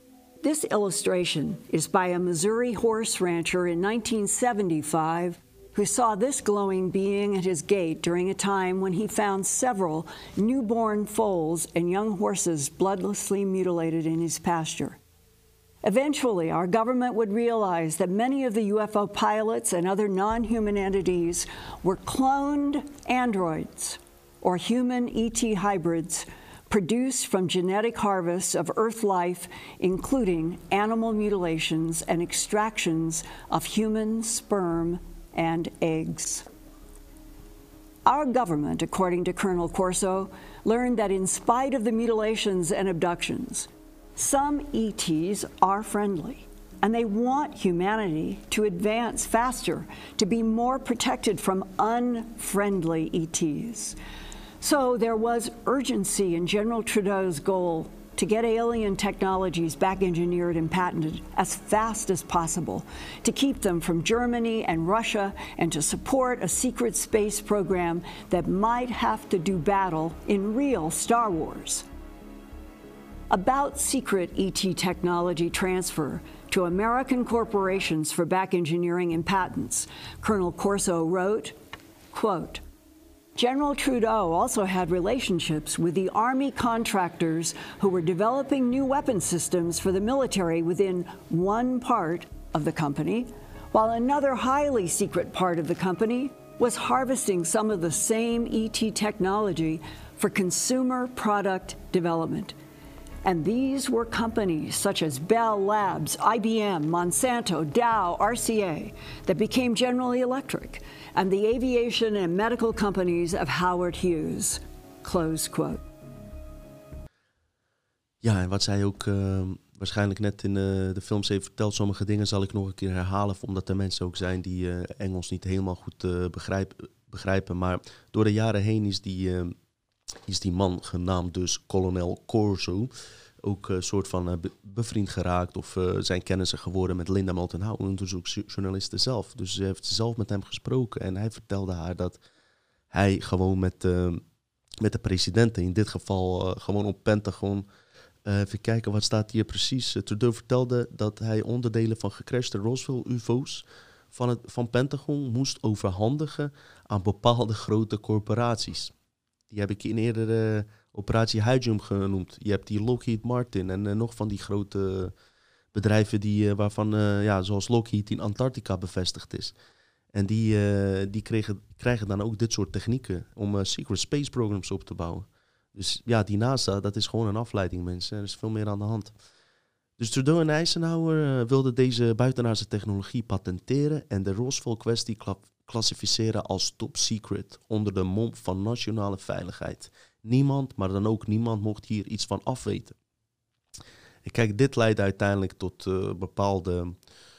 This illustration is by a Missouri horse rancher in 1975 who saw this glowing being at his gate during a time when he found several newborn foals and young horses bloodlessly mutilated in his pasture. Eventually, our government would realize that many of the UFO pilots and other non-human entities were cloned androids or human ET hybrids produced from genetic harvests of Earth life, including animal mutilations and extractions of human sperm and eggs. Our government, according to Colonel Corso, learned that in spite of the mutilations and abductions, some ETs are friendly, and they want humanity to advance faster, to be more protected from unfriendly ETs. So there was urgency in General Trudeau's goal to get alien technologies back engineered and patented as fast as possible, to keep them from Germany and Russia, and to support a secret space program that might have to do battle in real Star Wars. About secret ET technology transfer to American corporations for back engineering and patents, Colonel Corso wrote, quote, General Trudeau also had relationships with the Army contractors who were developing new weapon systems for the military within one part of the company, while another highly secret part of the company was harvesting some of the same ET technology for consumer product development. And these were companies such as Bell Labs, IBM, Monsanto, Dow, RCA, that became General Electric, and the aviation and medical companies of Howard Hughes. Close quote. Ja, en wat zij ook waarschijnlijk net in de films heeft verteld, sommige dingen zal ik nog een keer herhalen, omdat er mensen ook zijn die Engels niet helemaal goed begrijpen. Maar door de jaren heen is die man genaamd dus kolonel Corso ook een soort van bevriend geraakt of zijn kennissen geworden met Linda Moulton Howe, onderzoeksjournaliste zelf. Dus ze heeft zelf met hem gesproken en hij vertelde haar dat hij gewoon met de presidenten, in dit geval gewoon op Pentagon, even kijken, wat staat hier precies? Trudeau vertelde dat hij onderdelen van gecrashte Roswell-UFO's van Pentagon moest overhandigen aan bepaalde grote corporaties. Die heb ik in eerdere operatie Hygium genoemd. Je hebt die Lockheed Martin en nog van die grote bedrijven waarvan zoals Lockheed in Antarctica bevestigd is. En die krijgen dan ook dit soort technieken om secret space programs op te bouwen. Dus ja, die NASA, dat is gewoon een afleiding, mensen. Er is veel meer aan de hand. Dus Trudeau en Eisenhower wilden deze buitenaardse technologie patenteren en de Roswell-kwestie klassificeren als top secret onder de mom van nationale veiligheid. Niemand, maar dan ook niemand, mocht hier iets van afweten. En kijk, dit leidde uiteindelijk tot bepaalde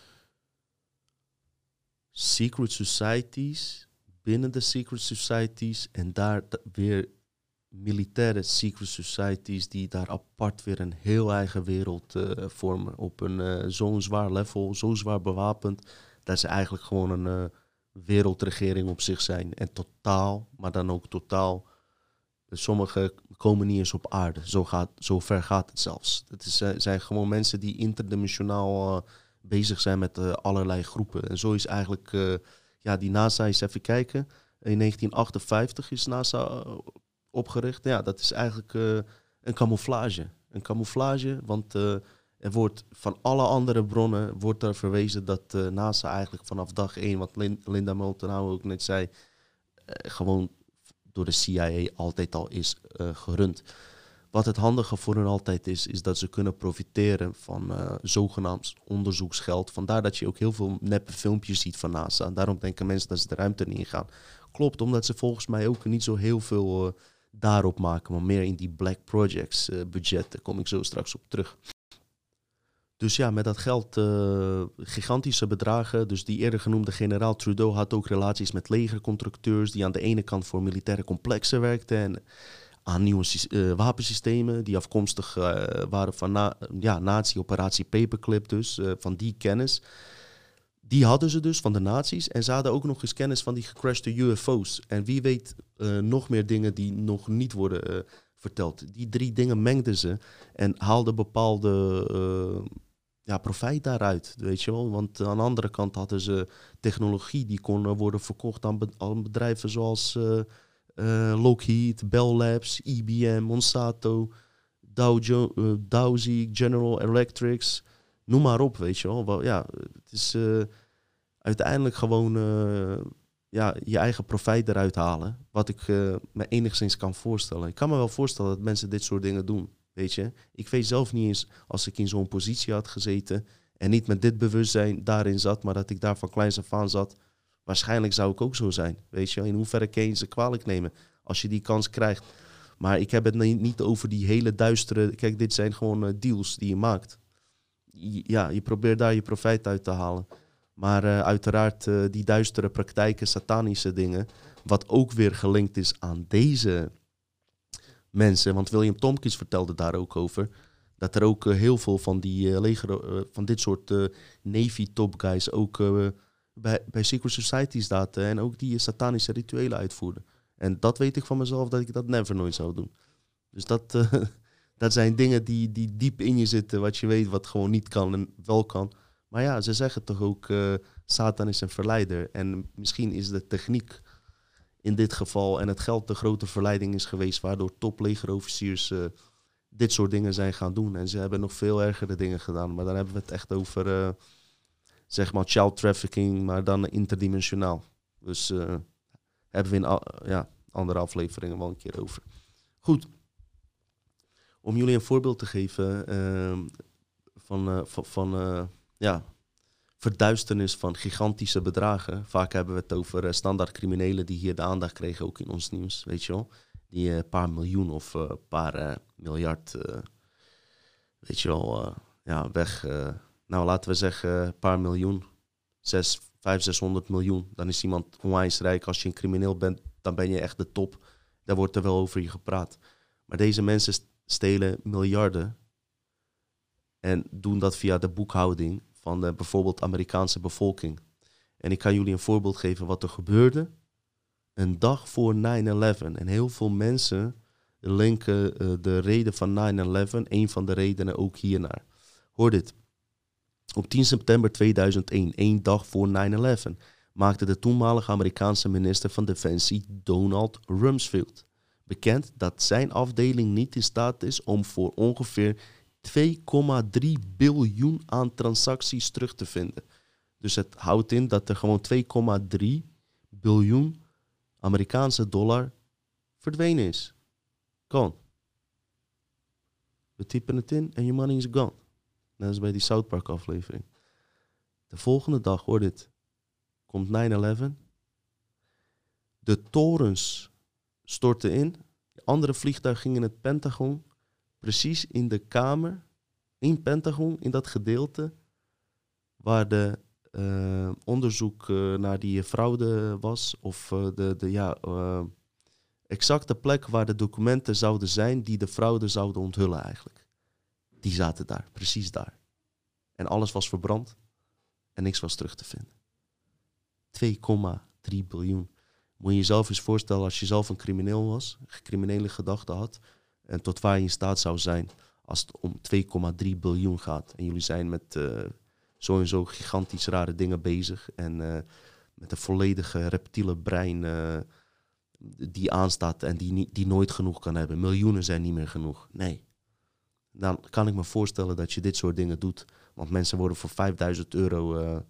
secret societies, binnen de secret societies en daar weer militaire secret societies die daar apart weer een heel eigen wereld vormen. Op een zo'n zwaar level, zo zwaar bewapend, dat ze eigenlijk gewoon een wereldregering op zich zijn. En totaal, maar dan ook totaal, sommigen komen niet eens op aarde. Zo ver gaat het zelfs. Het zijn gewoon mensen die interdimensionaal bezig zijn met allerlei groepen. En zo is eigenlijk, die NASA is even kijken. In 1958 is NASA opgericht. Ja, dat is eigenlijk een camouflage. Een camouflage, want er wordt van alle andere bronnen wordt er verwezen dat NASA eigenlijk vanaf dag 1, wat Linda Moulton Howe ook net zei, gewoon door de CIA altijd al is gerund. Wat het handige voor hen altijd is dat ze kunnen profiteren van zogenaamd onderzoeksgeld. Vandaar dat je ook heel veel neppe filmpjes ziet van NASA. En daarom denken mensen dat ze de ruimte niet ingaan. Klopt, omdat ze volgens mij ook niet zo heel veel daarop maken, maar meer in die Black Projects budget. Daar kom ik zo straks op terug. Dus ja, met dat geld gigantische bedragen. Dus die eerder genoemde generaal Trudeau had ook relaties met legerconstructeurs die aan de ene kant voor militaire complexen werkten en aan nieuwe wapensystemen die afkomstig waren van nazi-operatie Paperclip, dus van die kennis. Die hadden ze dus van de nazi's en ze hadden ook nog eens kennis van die gecrashte UFO's. En wie weet nog meer dingen die nog niet worden verteld. Die 3 dingen mengden ze en haalden bepaalde profijt daaruit, weet je wel. Want aan de andere kant hadden ze technologie die kon worden verkocht aan bedrijven zoals Lockheed, Bell Labs, IBM, Monsanto, Dowsy, General Electrics, noem maar op, weet je wel. Ja, het is uiteindelijk gewoon je eigen profijt eruit halen, wat ik me enigszins kan voorstellen. Ik kan me wel voorstellen dat mensen dit soort dingen doen, weet je. Ik weet zelf niet eens, als ik in zo'n positie had gezeten en niet met dit bewustzijn daarin zat, maar dat ik daar van kleins af aan zat, waarschijnlijk zou ik ook zo zijn, weet je. In hoeverre kan je ze kwalijk nemen als je die kans krijgt? Maar ik heb het niet over die hele duistere... Kijk, dit zijn gewoon deals die je maakt. Ja, je probeert daar je profijt uit te halen. Maar uiteraard die duistere praktijken, satanische dingen, wat ook weer gelinkt is aan deze mensen. Want William Tompkins vertelde daar ook over, dat er ook heel veel van die van dit soort Navy top guys ook bij secret societies zaten en ook die satanische rituelen uitvoerden. En dat weet ik van mezelf dat ik dat nooit zou doen. Dus dat zijn dingen die diep in je zitten, wat je weet wat gewoon niet kan en wel kan. Maar ja, ze zeggen toch ook, Satan is een verleider. En misschien is de techniek in dit geval en het geld de grote verleiding is geweest, waardoor toplegerofficiers dit soort dingen zijn gaan doen. En ze hebben nog veel ergere dingen gedaan. Maar dan hebben we het echt over, zeg maar, child trafficking, maar dan interdimensionaal. Dus hebben we in andere afleveringen wel een keer over. Goed. Om jullie een voorbeeld te geven van verduisternis van gigantische bedragen. Vaak hebben we het over standaard criminelen die hier de aandacht kregen, ook in ons nieuws, weet je wel. Die een paar miljoen of een paar miljard, weet je wel, weg. Nou, laten we zeggen een paar miljoen, 500-600 miljoen. Dan is iemand onwijs rijk. Als je een crimineel bent, dan ben je echt de top. Daar wordt er wel over je gepraat. Maar deze mensen stelen miljarden en doen dat via de boekhouding van de bijvoorbeeld Amerikaanse bevolking. En ik kan jullie een voorbeeld geven wat er gebeurde een dag voor 9/11. En heel veel mensen linken de reden van 9/11, een van de redenen, ook hiernaar. Hoor dit. Op 10 september 2001, 1 dag voor 9/11, maakte de toenmalige Amerikaanse minister van Defensie Donald Rumsfeld bekend dat zijn afdeling niet in staat is om voor ongeveer 2,3 biljoen aan transacties terug te vinden. Dus het houdt in dat er gewoon 2,3 biljoen Amerikaanse dollar verdwenen is. Gone. We typen het in en je money is gone. Dat is bij die South Park aflevering. De volgende dag, hoor dit, komt 9/11. De torens stortten in. Andere vliegtuigen gingen in het Pentagon. Precies in de kamer, in Pentagon, in dat gedeelte waar de onderzoek naar die fraude was. Of exacte plek waar de documenten zouden zijn die de fraude zouden onthullen eigenlijk. Die zaten daar, precies daar. En alles was verbrand en niks was terug te vinden. 2,3 biljoen. Moet je jezelf eens voorstellen als je zelf een crimineel was, criminele gedachten had, en tot waar je in staat zou zijn als het om 2,3 biljoen gaat. En jullie zijn met zo en zo gigantisch rare dingen bezig. En met een volledige reptiele brein die aanstaat en die nooit genoeg kan hebben. Miljoenen zijn niet meer genoeg. Nee. Dan kan ik me voorstellen dat je dit soort dingen doet. Want mensen worden voor 5.000 euro...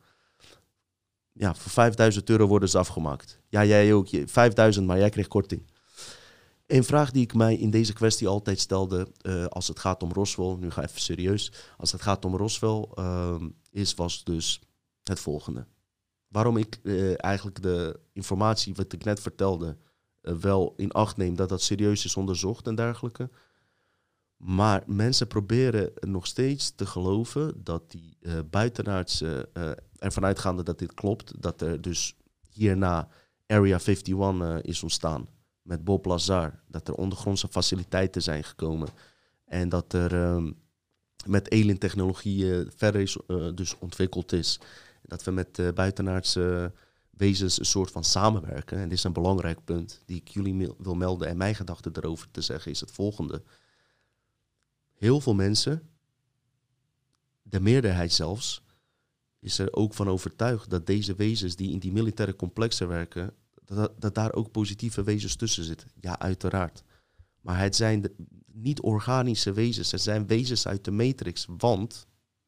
voor 5.000 euro worden ze afgemaakt. Ja, jij ook. 5.000, maar jij kreeg korting. Een vraag die ik mij in deze kwestie altijd stelde, als het gaat om Roswell, nu ga ik even serieus, als het gaat om Roswell, was dus het volgende. Waarom ik eigenlijk de informatie wat ik net vertelde wel in acht neem, dat dat serieus is onderzocht en dergelijke. Maar mensen proberen nog steeds te geloven dat die buitenaardse, ervan uitgaande dat dit klopt, dat er dus hierna Area 51 is ontstaan. Met Bob Lazar, dat er ondergrondse faciliteiten zijn gekomen. En dat er met alien technologie verder is, dus ontwikkeld is. Dat we met buitenaardse wezens een soort van samenwerken. En dit is een belangrijk punt die ik jullie wil melden. En mijn gedachte erover te zeggen is het volgende. Heel veel mensen de meerderheid zelfs, is er ook van overtuigd dat deze wezens die in die militaire complexen werken, dat daar ook positieve wezens tussen zitten. Ja, uiteraard. Maar het zijn niet organische wezens, het zijn wezens uit de Matrix. Want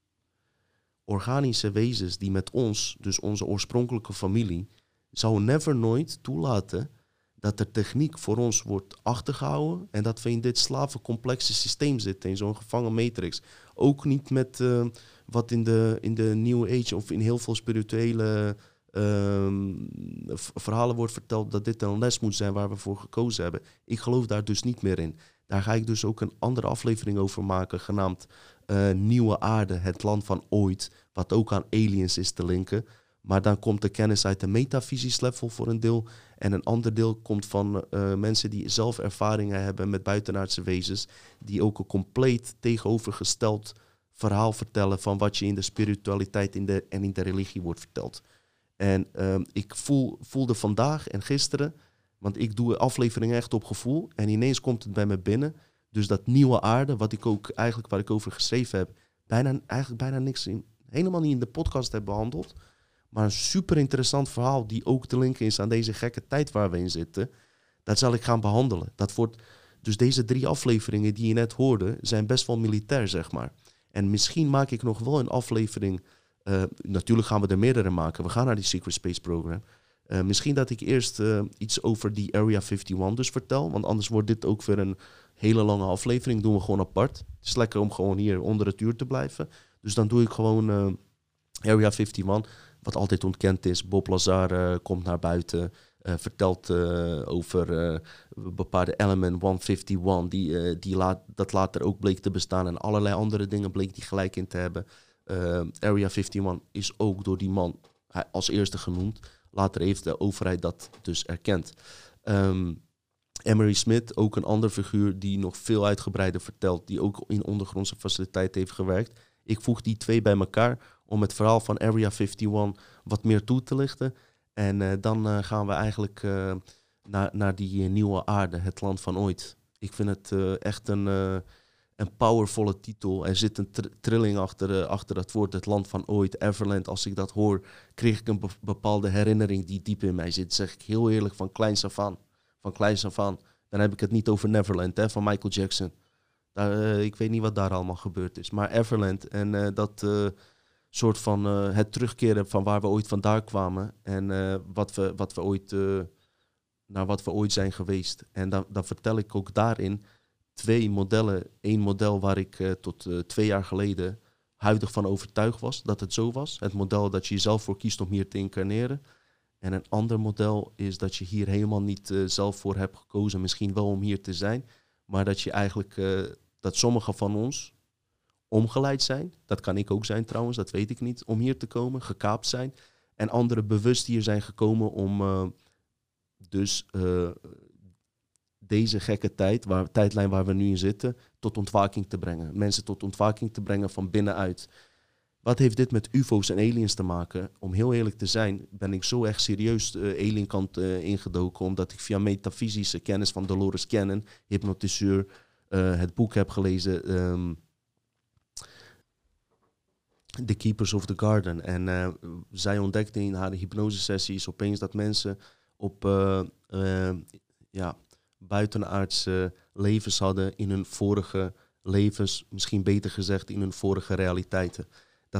organische wezens die met ons, dus onze oorspronkelijke familie, zou never nooit toelaten dat de techniek voor ons wordt achtergehouden en dat we in dit slavencomplexe systeem zitten, in zo'n gevangen matrix. Ook niet met wat in de New Age of in heel veel spirituele verhalen wordt verteld dat dit een les moet zijn waar we voor gekozen hebben. Ik geloof daar dus niet meer in. Daar ga ik dus ook een andere aflevering over maken, genaamd Nieuwe Aarde, het land van ooit, wat ook aan aliens is te linken. Maar dan komt de kennis uit de metafysisch level voor een deel. En een ander deel komt van mensen die zelf ervaringen hebben met buitenaardse wezens. Die ook een compleet tegenovergesteld verhaal vertellen van wat je in de spiritualiteit en in de religie wordt verteld. En ik voelde vandaag en gisteren, want ik doe afleveringen echt op gevoel. En ineens komt het bij me binnen. Dus dat nieuwe aarde, wat ik ook eigenlijk waar ik over geschreven heb, bijna niks helemaal niet in de podcast heb behandeld. Maar een super interessant verhaal die ook te linken is aan deze gekke tijd waar we in zitten. Dat zal ik gaan behandelen. Dus deze 3 afleveringen die je net hoorde, zijn best wel militair, zeg maar. En misschien maak ik nog wel een aflevering. Natuurlijk gaan we er meerdere maken. We gaan naar die Secret Space Program. Misschien dat ik eerst iets over die Area 51 dus vertel. Want anders wordt dit ook weer een hele lange aflevering. Doen we gewoon apart. Het is lekker om gewoon hier onder het uur te blijven. Dus dan doe ik gewoon Area 51. Wat altijd ontkend is. Bob Lazar komt naar buiten. Vertelt over bepaalde element 151. Dat later ook bleek te bestaan. En allerlei andere dingen bleek die gelijk in te hebben. Area 51 is ook door die man als eerste genoemd. Later heeft de overheid dat dus erkend. Emery Smith, ook een ander figuur die nog veel uitgebreider vertelt. Die ook in ondergrondse faciliteiten heeft gewerkt. Ik voeg die 2 bij elkaar om het verhaal van Area 51 wat meer toe te lichten. En dan gaan we eigenlijk naar die nieuwe aarde, het land van ooit. Ik vind het echt een powervolle titel. Er zit een trilling achter dat woord, het land van ooit, Everland. Als ik dat hoor, kreeg ik een bepaalde herinnering die diep in mij zit. Zeg ik heel eerlijk, van kleins af aan. Dan heb ik het niet over Neverland, van Michael Jackson. Ik weet niet wat daar allemaal gebeurd is. Maar Everland en dat soort van het terugkeren van waar we ooit vandaan kwamen. En wat we ooit zijn geweest. En dan vertel ik ook daarin 2 modellen. 1 model waar ik tot 2 jaar geleden huidig van overtuigd was dat het zo was. Het model dat je jezelf voor kiest om hier te incarneren. En een ander model is dat je hier helemaal niet zelf voor hebt gekozen. Misschien wel om hier te zijn. Maar dat je eigenlijk, dat sommigen van ons omgeleid zijn. Dat kan ik ook zijn trouwens, dat weet ik niet. Om hier te komen, gekaapt zijn. En anderen bewust hier zijn gekomen om deze gekke tijdlijn waar we nu in zitten, tot ontwaking te brengen. Mensen tot ontwaking te brengen van binnenuit. Wat heeft dit met ufo's en aliens te maken? Om heel eerlijk te zijn, ben ik zo echt serieus de alienkant ingedoken, omdat ik via metafysische kennis van Dolores Cannon, hypnotiseur, het boek heb gelezen, The Keepers of the Garden. En zij ontdekte in haar hypnosesessies opeens dat mensen op buitenaardse levens hadden in hun vorige levens, misschien beter gezegd in hun vorige realiteiten. Dat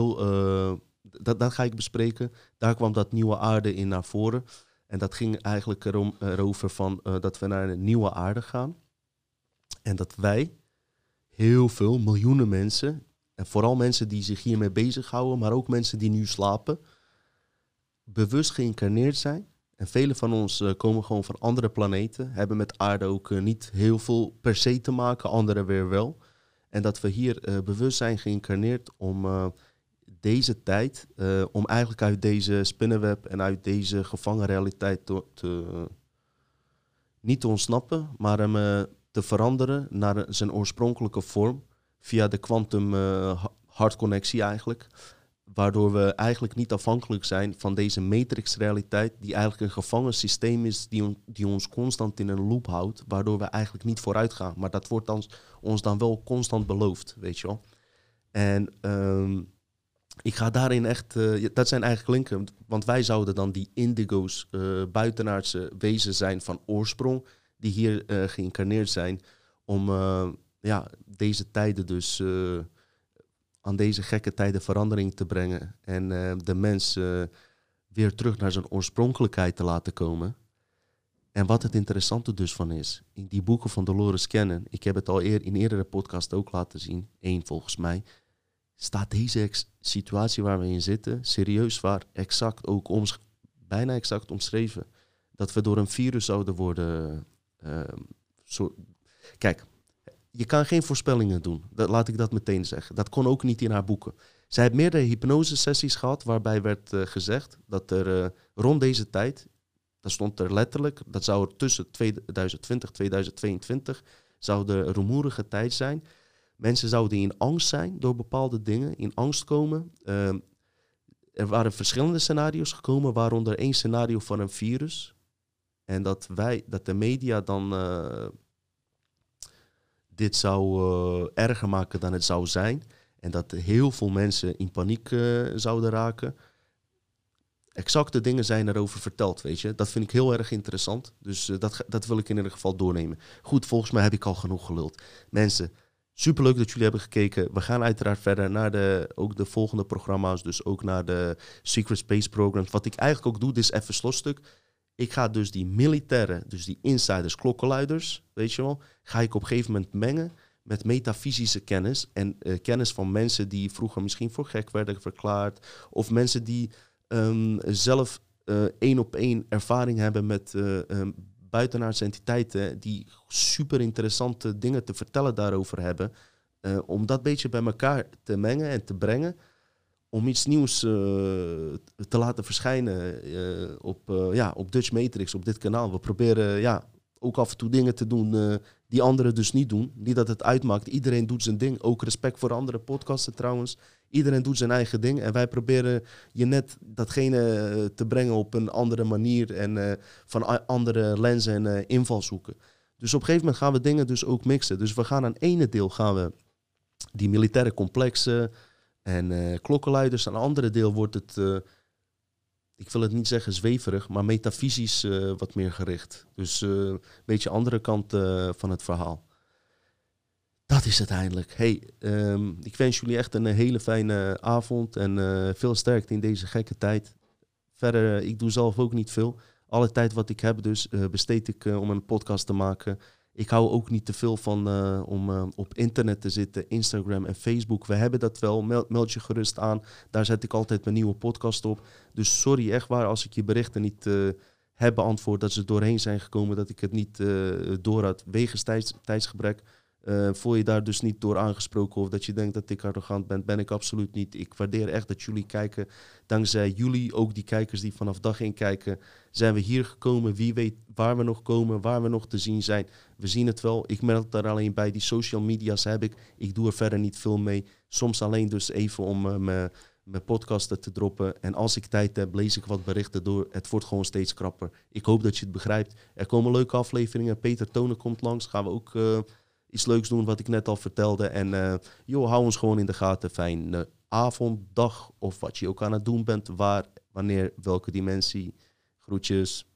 ga ik bespreken. Daar kwam dat nieuwe aarde in naar voren. En dat ging eigenlijk erover van dat we naar een nieuwe aarde gaan. En dat wij, heel veel, miljoenen mensen, en vooral mensen die zich hiermee bezighouden, maar ook mensen die nu slapen, bewust geïncarneerd zijn. En velen van ons komen gewoon van andere planeten, hebben met aarde ook niet heel veel per se te maken, anderen weer wel. En dat we hier bewust zijn geïncarneerd om deze tijd, om eigenlijk uit deze spinnenweb en uit deze gevangen realiteit niet te ontsnappen, maar hem te veranderen naar zijn oorspronkelijke vorm via de quantum hartconnectie eigenlijk. Waardoor we eigenlijk niet afhankelijk zijn van deze matrix-realiteit, die eigenlijk een gevangen systeem is die ons constant in een loop houdt, waardoor we eigenlijk niet vooruit gaan. Maar dat wordt ons dan wel constant beloofd, weet je wel. En ik ga daarin echt... dat zijn eigenlijk linken, want wij zouden dan die indigo's, buitenaardse wezen zijn van oorsprong, die hier geïncarneerd zijn om deze tijden dus... aan deze gekke tijden verandering te brengen en de mens weer terug naar zijn oorspronkelijkheid te laten komen. En wat het interessante dus van is, in die boeken van Dolores Cannon, ik heb het al in eerdere podcast ook laten zien, 1 volgens mij, staat deze situatie waar we in zitten serieus waar, exact ook bijna exact omschreven. Dat we door een virus zouden worden... Kijk, je kan geen voorspellingen doen. Laat ik dat meteen zeggen. Dat kon ook niet in haar boeken. Zij heeft meerdere hypnosesessies gehad waarbij werd gezegd dat er rond deze tijd, dat stond er letterlijk, dat zou er tussen 2020 en 2022, zou de rumoerige tijd zijn. Mensen zouden in angst zijn door bepaalde dingen, in angst komen. Er waren verschillende scenario's gekomen, waaronder 1 scenario van een virus. En dat de media dan... dit zou erger maken dan het zou zijn. En dat heel veel mensen in paniek zouden raken. Exacte dingen zijn erover verteld, weet je. Dat vind ik heel erg interessant. Dus dat wil ik in ieder geval doornemen. Goed, volgens mij heb ik al genoeg geluld. Mensen, superleuk dat jullie hebben gekeken. We gaan uiteraard verder naar ook de volgende programma's. Dus ook naar de Secret Space Programs. Wat ik eigenlijk ook doe, dit is even slotstuk. Ik ga dus die militairen, dus die insiders, klokkenluiders, weet je wel, ga ik op een gegeven moment mengen met metafysische kennis en kennis van mensen die vroeger misschien voor gek werden verklaard of mensen die zelf 1-op-1 ervaring hebben met buitenaardse entiteiten die super interessante dingen te vertellen daarover hebben, om dat beetje bij elkaar te mengen en te brengen. Om iets nieuws te laten verschijnen op Dutch Matrix, op dit kanaal. We proberen ook af en toe dingen te doen die anderen dus niet doen. Niet dat het uitmaakt. Iedereen doet zijn ding. Ook respect voor andere podcasten trouwens. Iedereen doet zijn eigen ding. En wij proberen je net datgene te brengen op een andere manier. En van andere lenzen en invalshoeken. Dus op een gegeven moment gaan we dingen dus ook mixen. Dus we gaan aan ene deel gaan we die militaire complexen en klokkenluiders. Aan een andere deel wordt het, ik wil het niet zeggen zweverig, maar metafysisch wat meer gericht. Dus een beetje andere kant van het verhaal. Dat is het eindelijk. Hey, ik wens jullie echt een hele fijne avond en veel sterkte in deze gekke tijd. Verder, ik doe zelf ook niet veel. Alle tijd wat ik heb dus besteed ik om een podcast te maken. Ik hou ook niet te veel van om op internet te zitten, Instagram en Facebook. We hebben dat wel, meld je gerust aan. Daar zet ik altijd mijn nieuwe podcast op. Dus sorry, echt waar, als ik je berichten niet heb beantwoord, dat ze doorheen zijn gekomen, dat ik het niet door had wegens tijdsgebrek. Voel je daar dus niet door aangesproken of dat je denkt dat ik arrogant ben ik absoluut niet. Ik waardeer echt dat jullie kijken. Dankzij jullie, ook die kijkers die vanaf dag 1 kijken, zijn we hier gekomen. Wie weet waar we nog komen, waar we nog te zien zijn. We zien het wel. Ik merk daar alleen bij. Die social media's heb ik. Ik doe er verder niet veel mee. Soms alleen dus even om mijn podcasten te droppen. En als ik tijd heb, lees ik wat berichten door. Het wordt gewoon steeds krapper. Ik hoop dat je het begrijpt. Er komen leuke afleveringen. Peter Tonen komt langs. Gaan we ook iets leuks doen wat ik net al vertelde. En hou ons gewoon in de gaten. Fijne avond, dag of wat je ook aan het doen bent. Waar, wanneer, welke dimensie. Groetjes.